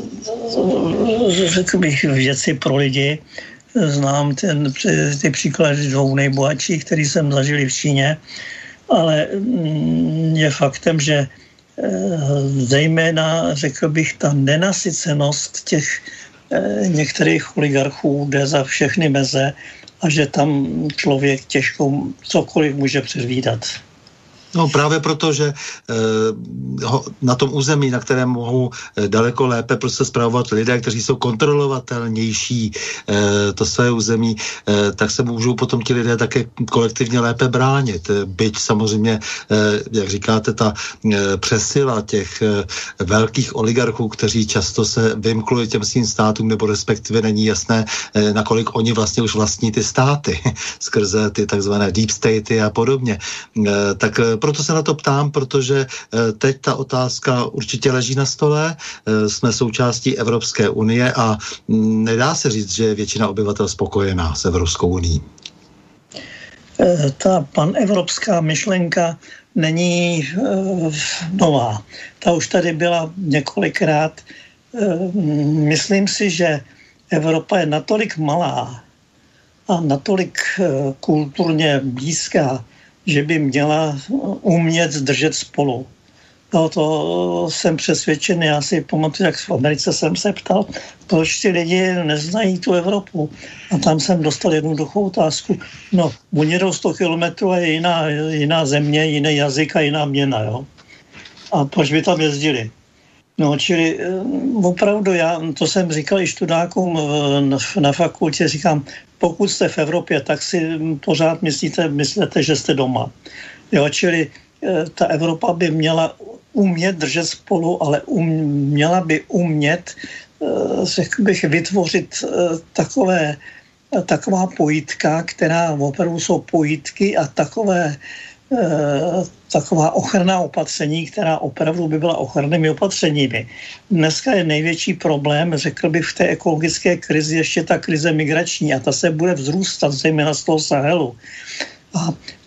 řekl bych, věci pro lidi. Znám ty příklady dvou nejbohatších, který jsem zažil v Číně, ale je faktem, že zejména, řekl bych, ta nenasycenost těch některých oligarchů jde za všechny meze a že tam člověk těžko cokoliv může předvídat. No právě proto, že na tom území, na kterém mohou daleko lépe prostě spravovat lidé, kteří jsou kontrolovatelnější to své území, tak se můžou potom ti lidé také kolektivně lépe bránit. Byť samozřejmě, jak říkáte, ta přesila těch velkých oligarchů, kteří často se vymklují těm svým státům, nebo respektive není jasné, nakolik oni vlastně už vlastní ty státy skrze ty takzvané deep statey a podobně. Tak proto se na to ptám, protože teď ta otázka určitě leží na stole. Jsme součástí Evropské unie a nedá se říct, že je většina obyvatel spokojená s Evropskou unií. Ta panevropská myšlenka není nová. Ta už tady byla několikrát. Myslím si, že Evropa je natolik malá a natolik kulturně blízká, že by měla umět držet spolu. No, to jsem přesvědčený. Já si pamatuju, jak v Americe jsem se ptal, proč ty lidi neznají tu Evropu. A tam jsem dostal jednoduchou otázku. No, oni jdou 100 kilometrů a je jiná země, jiný jazyk a jiná měna, jo. A proč by tam jezdili? No, čili opravdu to jsem říkal i študákům na fakultě, říkám, pokud jste v Evropě, tak si pořád myslíte, že jste doma. Jo, čili ta Evropa by měla umět držet spolu, ale měla by umět, řekl bych, vytvořit taková pojítka, která opravdu jsou pojítky a taková ochranná opatření, která opravdu by byla ochrannými opatřeními. Dneska je největší problém, řekl bych, v té ekologické krizi ještě ta krize migrační a ta se bude vzrůstat, zejména z toho Sahelu. A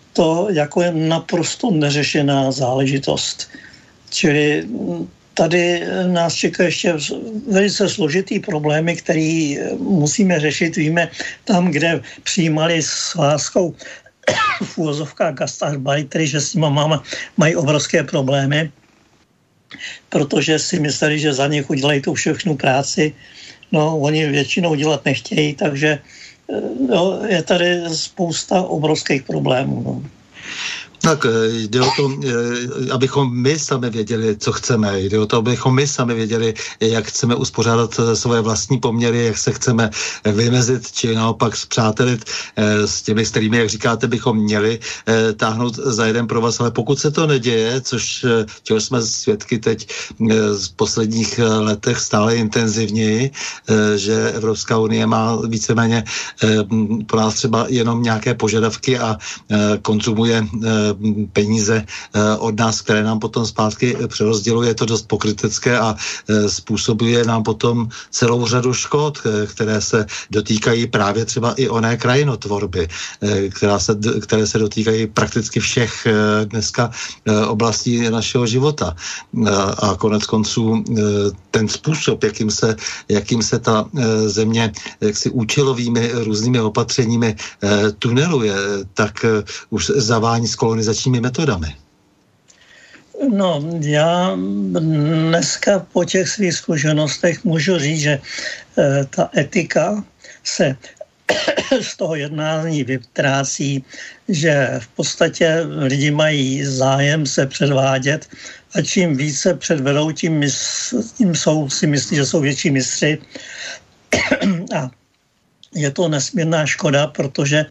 to jako je naprosto neřešená záležitost. Čili tady nás čeká ještě velice složitý problémy, který musíme řešit. Víme, tam, kde přijímali s láskou v úvozovkách gastarbeitery, že s nimi mají obrovské problémy, protože si mysleli, že za nich udělají tu všechnu práci. No, oni většinou dělat nechtějí, takže je tady spousta obrovských problémů. No. Tak jde o to, abychom my sami věděli, co chceme. Jde o to, abychom my sami věděli, jak chceme uspořádat svoje vlastní poměry, jak se chceme vymezit, či naopak spřátelit s těmi, s kterými, jak říkáte, bychom měli táhnout za jeden provaz. Ale pokud se to neděje, čeho jsme svědky teď v posledních letech stále intenzivněji, že Evropská unie má víceméně pro nás třeba jenom nějaké požadavky a konzumuje peníze od nás, které nám potom zpátky přerozděluje, je to dost pokrytecké a způsobuje nám potom celou řadu škod, které se dotýkají právě třeba i oné krajinotvorby, které se dotýkají prakticky všech dneska oblastí našeho života. A konec konců ten způsob, jakým se ta země jaksi účelovými různými opatřeními tuneluje, tak už zavání s kolonizačními metodami. No, já dneska po těch svých zkušenostech můžu říct, že ta etika se z toho jednání vytrácí, že v podstatě lidi mají zájem se předvádět a čím více předvedou, tím si myslí, že jsou větší mistři. A je to nesmírná škoda, protože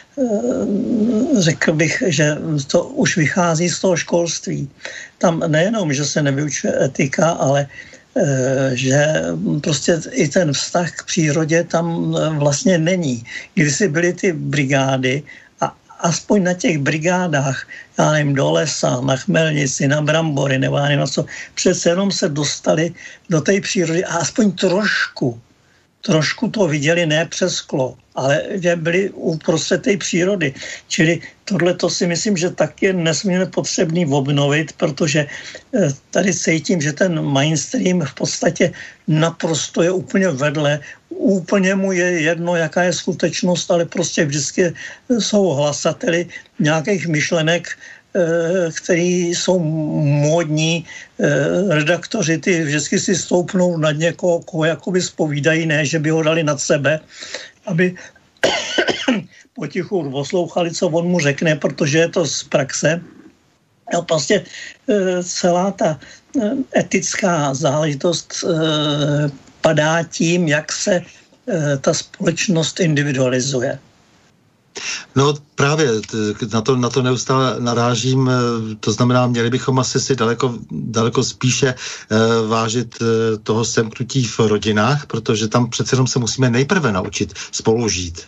řekl bych, že to už vychází z toho školství. Tam nejenom, že se nevyučuje etika, ale že prostě i ten vztah k přírodě tam vlastně není. Kdysi byly ty brigády a aspoň na těch brigádách, já nevím, do lesa, na chmelnici, na brambory, nebo já nevím na co, přece jenom se dostali do té přírody a aspoň trošku to viděli ne přes sklo, ale že byli uprostřed té přírody. Čili tohle to si myslím, že tak je nesmírně potřebný obnovit, protože tady cítím, že ten mainstream v podstatě naprosto je úplně vedle. Úplně mu je jedno, jaká je skutečnost, ale prostě vždycky jsou hlasateli nějakých myšlenek, který jsou módní, redaktoři, ty vždycky si stoupnou nad někoho, koho jakoby zpovídají, ne, že by ho dali nad sebe, aby potichu poslouchali, co on mu řekne, protože je to z praxe. A prostě celá ta etická záležitost padá tím, jak se ta společnost individualizuje. No právě na to neustále narážím, to znamená, měli bychom asi si daleko spíše vážit toho semknutí v rodinách, protože tam přece jenom se musíme nejprve naučit spolužít.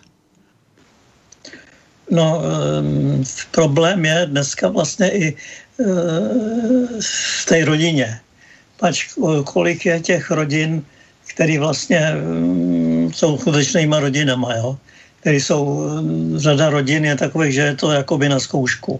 No, problém je dneska vlastně i v té rodině. Pač kolik je těch rodin, který vlastně jsou skutečnýma rodinama, jo? Který jsou, řada rodin je takových, že je to jakoby na zkoušku.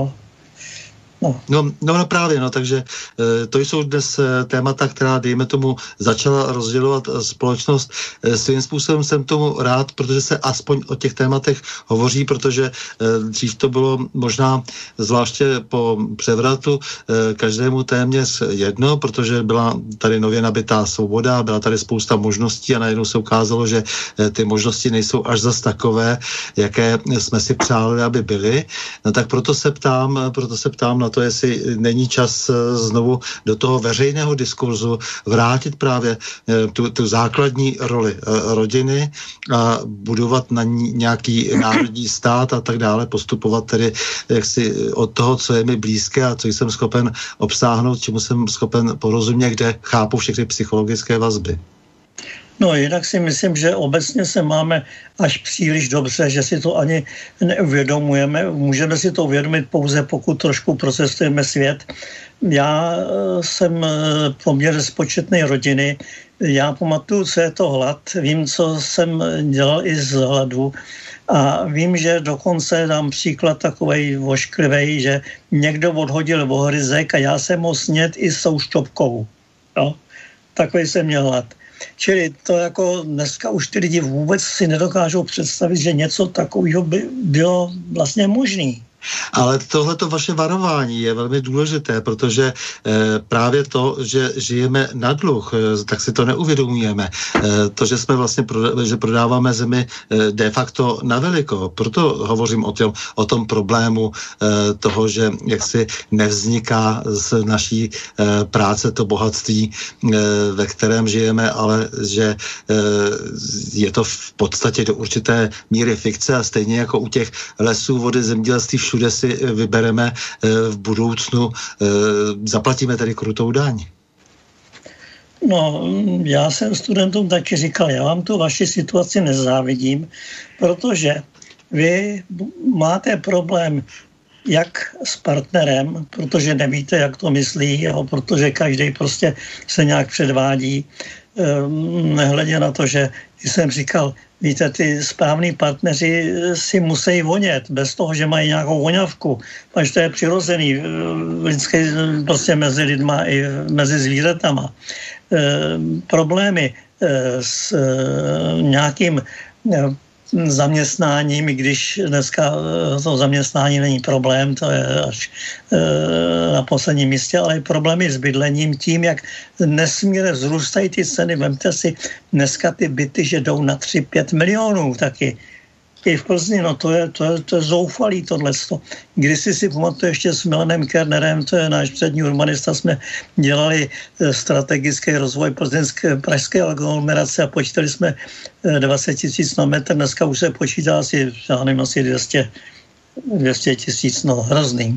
No právě, takže to jsou dnes témata, která, dejme tomu, začala rozdělovat společnost. Svým způsobem jsem tomu rád, protože se aspoň o těch tématech hovoří, protože dřív to bylo možná, zvláště po převratu, každému téměř jedno, protože byla tady nově nabitá svoboda, byla tady spousta možností a najednou se ukázalo, že ty možnosti nejsou až zas takové, jaké jsme si přáli, aby byly. No tak proto se ptám na to, jestli není čas znovu do toho veřejného diskurzu vrátit právě tu základní roli rodiny a budovat na ní nějaký národní stát a tak dále, postupovat tedy jaksi od toho, co je mi blízké a co jsem schopen obsáhnout, čemu jsem schopen porozumět, kde chápu všechny psychologické vazby. No jinak si myslím, že obecně se máme až příliš dobře, že si to ani neuvědomujeme. Můžeme si to uvědomit pouze, pokud trošku procestujeme svět. Já jsem poměrně z početné rodiny. Já pamatuju, co je to hlad. Vím, co jsem dělal i z hladu. A vím, že dokonce dám příklad takovej vošklivej, že někdo odhodil ohryzek a já jsem ho sněd i s soušťopkou. No, takový jsem měl hlad. Čili to jako dneska už ty lidi vůbec si nedokážou představit, že něco takového by bylo vlastně možné. Ale tohleto vaše varování je velmi důležité, protože právě to, že žijeme na dluh, tak si to neuvědomujeme. To, že jsme vlastně že prodáváme zemi de facto na veliko. Proto hovořím o tom problému toho, že jaksi nevzniká z naší práce to bohatství, ve kterém žijeme, ale že je to v podstatě do určité míry fikce a stejně jako u těch lesů, vody, zemědělství, všude si vybereme v budoucnu, zaplatíme tedy krutou daň. No, já jsem studentům taky říkal, já vám tu vaši situaci nezávidím, protože vy máte problém jak s partnerem, protože nevíte, jak to myslí, jo, protože každý prostě se nějak předvádí, nehledě na to, že jsem říkal, víte, ty správní partneři si musí vonět, bez toho, že mají nějakou voňavku. Až to je přirozený lidský prostě mezi lidma i mezi zvířatama. Problémy s nějakým zaměstnáním, i když dneska to zaměstnání není problém, to je až na posledním místě, ale i problémy s bydlením tím, jak nesmírně vzrůstají ty ceny. Vemte si dneska ty byty, že jdou na 3-5 milionů taky. I v Plzni, no to je zoufalý tohleto. Kdysi si pamatuju ještě s Milanem Kernerem, to je náš přední urbanista, jsme dělali strategický rozvoj pražské aglomerace a počítali jsme 20 000 na metr, dneska už se počítá asi, já nevím, asi 200 000, no hrozný.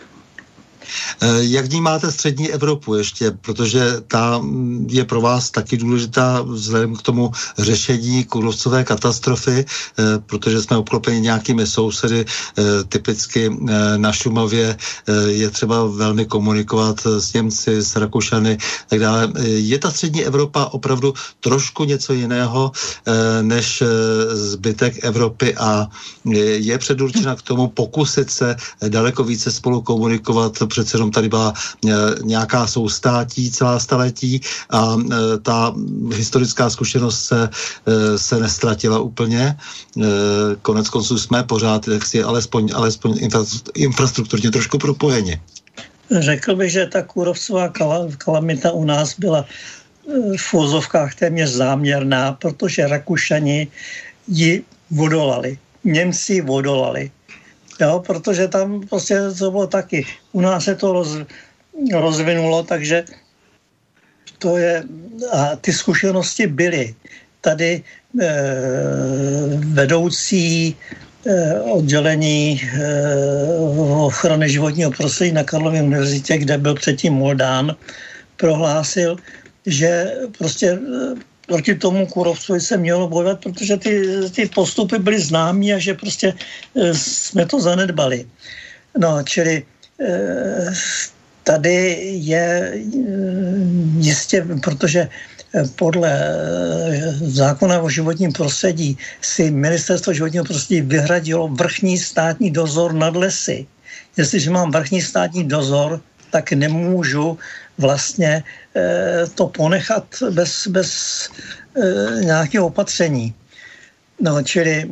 Jak vnímáte střední Evropu ještě, protože ta je pro vás taky důležitá vzhledem k tomu řešení kůrovcové katastrofy, protože jsme obklopeni nějakými sousedy, typicky na Šumavě je třeba velmi komunikovat s Němci, s Rakušany, tak dále. Je ta střední Evropa opravdu trošku něco jiného než zbytek Evropy a je předurčena k tomu pokusit se daleko více spolu komunikovat. Přece jenom tady byla nějaká soustátí celá staletí a ta historická zkušenost se nestratila úplně. Konec konců jsme pořád alespoň infrastrukturně trošku propojeni. Řekl bych, že ta kůrovcová kalamita u nás byla v uvozovkách téměř záměrná, protože Rakušani ji odolali. Němci odolali. Jo, protože tam prostě to bylo taky. U nás se to rozvinulo, takže to je, a ty zkušenosti byly. Tady vedoucí oddělení ochrany životního prostředí na Karlově univerzitě, kde byl předtím Moldán, prohlásil, že prostě proti tomu kůrovcovi se mělo bojovat, protože ty postupy byly známý a že prostě jsme to zanedbali. No, čili tady je jistě, protože podle zákona o životním prostředí si Ministerstvo životního prostředí vyhradilo vrchní státní dozor nad lesy. Jestliže mám vrchní státní dozor, tak nemůžu vlastně to ponechat bez nějakého opatření. No, čili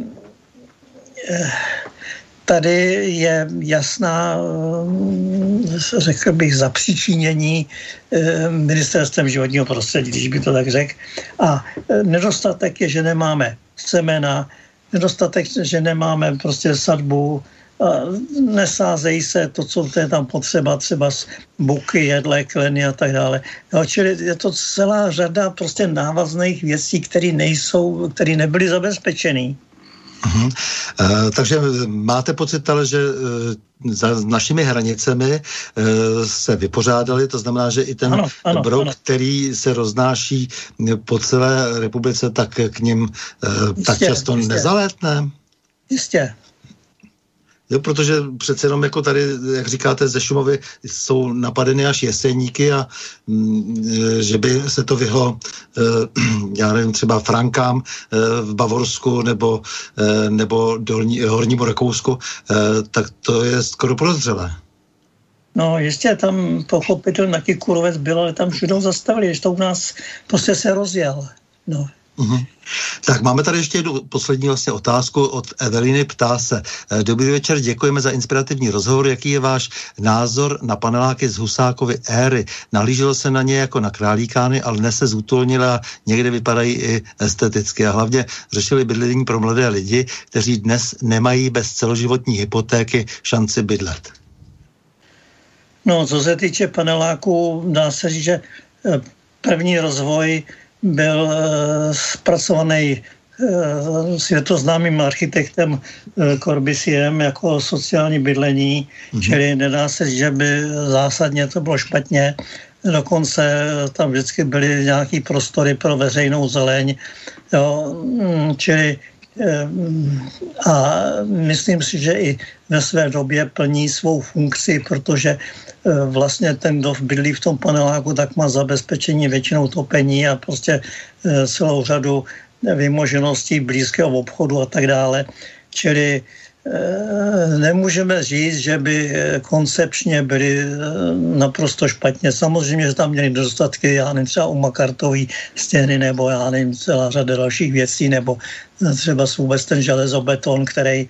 tady je jasná, řekl bych, zapříčinění Ministerstvem životního prostředí, když bych to tak řekl. A nedostatek je, že nemáme semena, nedostatek, že nemáme prostě sadbu, nesázejí se to, co je tam potřeba, třeba z buky, jedle, kleny a tak dále. No, čili je to celá řada prostě návazných věcí, které nebyly zabezpečený. Takže máte pocit, ale že za našimi hranicemi se vypořádali, to znamená, že i ten brok, který se roznáší po celé republice, tak k ním tak často nezalétne? Jistě. Jo, protože přece jenom jako tady, jak říkáte, ze Šumavy jsou napadeny až Jeseníky a že by se to vyhlo, já nevím, třeba Frankám v Bavorsku nebo Hornímu Rakousku, tak to je skoro podezřelé. No jistě, tam pochopitelně taky Kurovec byl, ale tam všude zastavili, že to u nás prostě se rozjel. No. Uhum. Tak máme tady ještě jednu poslední vlastně otázku od Eveliny. Ptá se: Dobrý večer, děkujeme za inspirativní rozhovor. Jaký je váš názor na paneláky z Husákovy éry? Nahlíželo se na ně jako na králíkány, ale dnes se zútulnily a někde vypadají i esteticky. A hlavně řešili bydlení pro mladé lidi, kteří dnes nemají bez celoživotní hypotéky šanci bydlet. No, co se týče paneláků, dá se říct, že první rozvoj byl zpracovaný světoznámým architektem Corbusierem jako sociální bydlení, čili nedá se říct, že by zásadně to bylo špatně. Dokonce tam vždycky byly nějaký prostory pro veřejnou zeleň. Jo, čili a myslím si, že i ve své době plní svou funkci, protože vlastně ten, kdo bydlí v tom paneláku, tak má zabezpečení většinou topení a prostě celou řadu vymožeností blízkého obchodu a tak dále. Čili nemůžeme říct, že by koncepčně byly naprosto špatně. Samozřejmě, že tam měli nedostatky, já nevím, třeba u Makartový stěny, nebo já nevím, celá řada dalších věcí, nebo třeba vůbec ten železobeton, který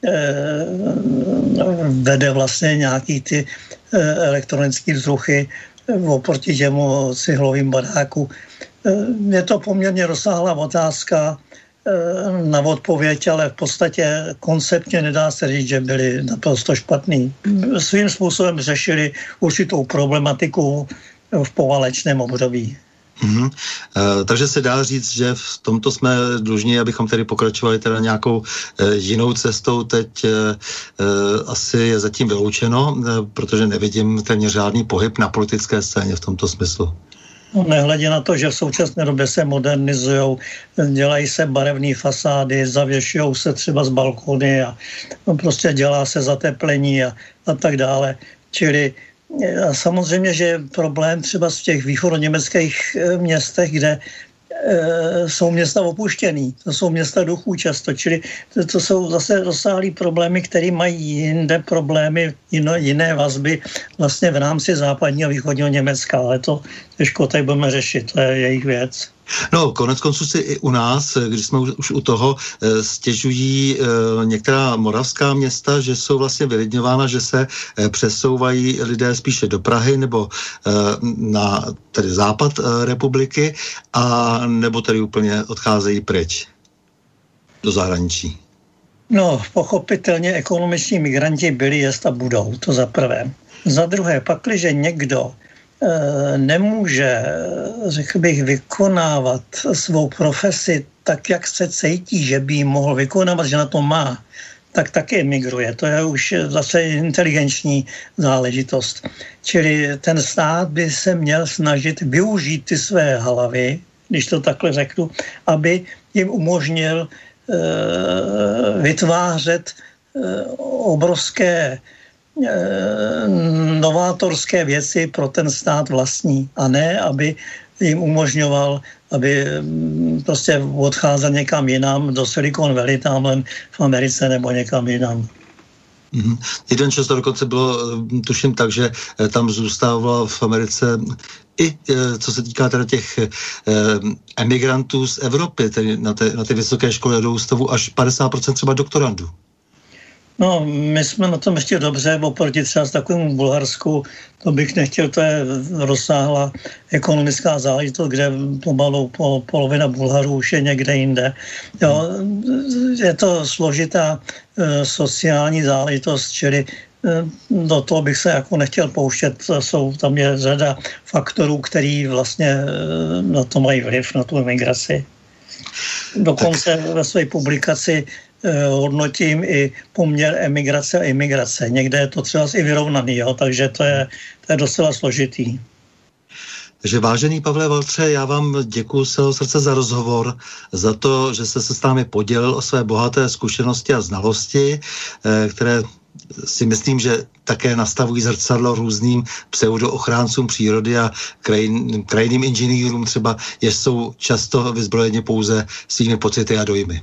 vede vlastně nějaký ty elektronické vzruchy oproti těmu cihlovým baráku. Je to poměrně rozsáhlá otázka na odpověď, ale v podstatě konceptně nedá se říct, že byli naprosto špatný. Svým způsobem řešili určitou problematiku v poválečném období. Takže se dá říct, že v tomto jsme dlužní, abychom tedy pokračovali teda nějakou jinou cestou. Teď asi je zatím vyloučeno, protože nevidím téměř žádný pohyb na politické scéně v tomto smyslu. Nehledě na to, že v současné době se modernizujou, dělají se barevné fasády, zavěšují se třeba z balkony a prostě dělá se zateplení a tak dále. Čili a samozřejmě, že je problém třeba v těch východoněmeckých městech, kde jsou města opuštěný. To jsou města duchů často, čili to jsou zase rozsáhlý problémy, které mají jinde problémy, jiné vazby vlastně v rámci západního a východního Německa, ale to těžko tady budeme řešit, to je jejich věc. No, konec konců si i u nás, když jsme už u toho, stěžují některá moravská města, že jsou vlastně vylidňována, že se přesouvají lidé spíše do Prahy nebo na tedy západ republiky a nebo tedy úplně odcházejí pryč do zahraničí. No, pochopitelně ekonomiční migranti byli, jest a budou, to za prvé. Za druhé, pakliže někdo nemůže, řekl bych, vykonávat svou profesi tak, jak se cítí, že by ji mohl vykonávat, že na to má, tak taky emigruje. To je už zase inteligenční záležitost. Čili ten stát by se měl snažit využít ty své hlavy, když to takhle řeknu, aby jim umožnil vytvářet obrovské novátorské věci pro ten stát vlastní a ne, aby jim umožňoval, aby prostě odcházel někam jinam do Silicon Valley, tamhle v Americe nebo někam jinam. Jeden čas to dokonce bylo, tuším tak, že tam zůstával v Americe i co se týká teda těch emigrantů z Evropy, tedy na ty vysoké školy do ústavu až 50% třeba doktorandů. No, my jsme na tom ještě dobře, oproti třeba s takovému Bulharsku, to bych nechtěl, to je rozsáhlá ekonomická záležitost, kde pomalu polovina Bulharů už je někde jinde. Jo, je to složitá sociální záležitost, čili do toho bych se jako nechtěl pouštět. Tam je řada faktorů, který vlastně na to mají vliv, na tu migraci. Dokonce ve své publikaci hodnotím i poměr emigrace a imigrace. Někde je to třeba i vyrovnaný, jo? Takže to je docela složitý. Takže vážený Pavle Waltře, já vám děkuji z celého srdce za rozhovor, za to, že jste se s námi podělil o své bohaté zkušenosti a znalosti, které si myslím, že také nastavují zrcadlo různým pseudoochráncům přírody a krajinným inženýrům třeba, jež jsou často vyzbrojeni pouze svými pocity a dojmy.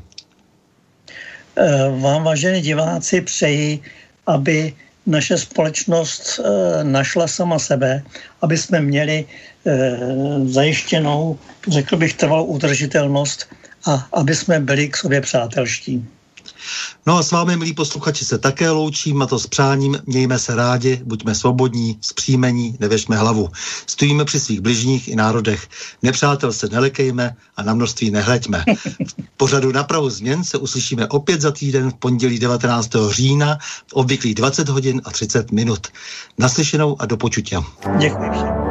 Vám, vážení diváci, přeji, aby naše společnost našla sama sebe, aby jsme měli zajištěnou, řekl bych, trvalou udržitelnost a aby jsme byli k sobě přátelští. No a s vámi, milí posluchači, se také loučím, a to s přáním: mějme se rádi, buďme svobodní, zpříjmení, nevěšme hlavu. Stojíme při svých bližních i národech. Nepřátel se nelekejme a na množství nehleďme. V pořadu Na prahu změn se uslyšíme opět za týden v pondělí 19. října v obvyklých 20 hodin a 30 minut. Naslyšenou a do počutia. Děkuji všem.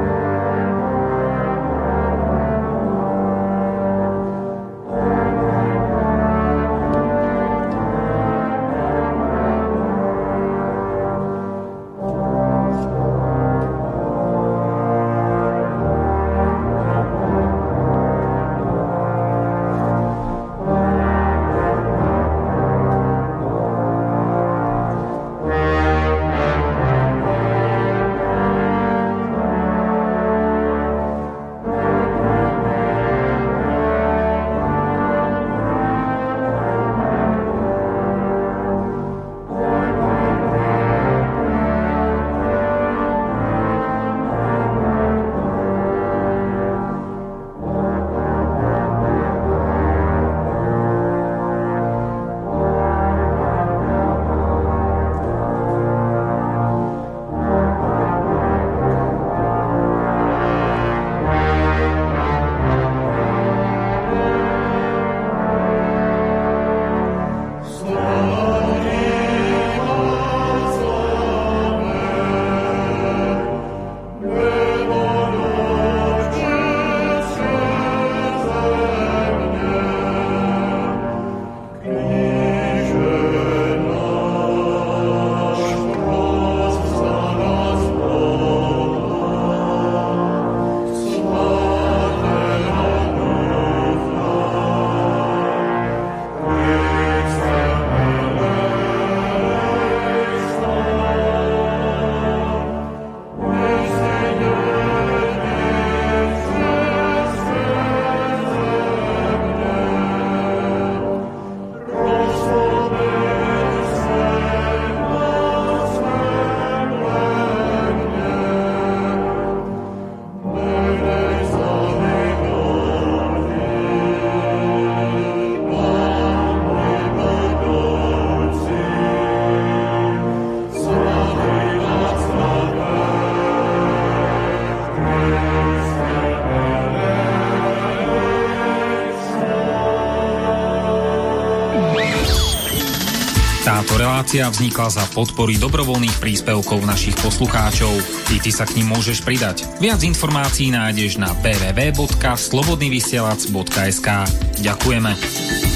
Táto relácia vznikla za podpory dobrovoľných príspevkov našich poslucháčov. I ty sa k nim môžeš pridať. Viac informácií nájdeš na www.slobodnyvysielac.sk. Ďakujeme.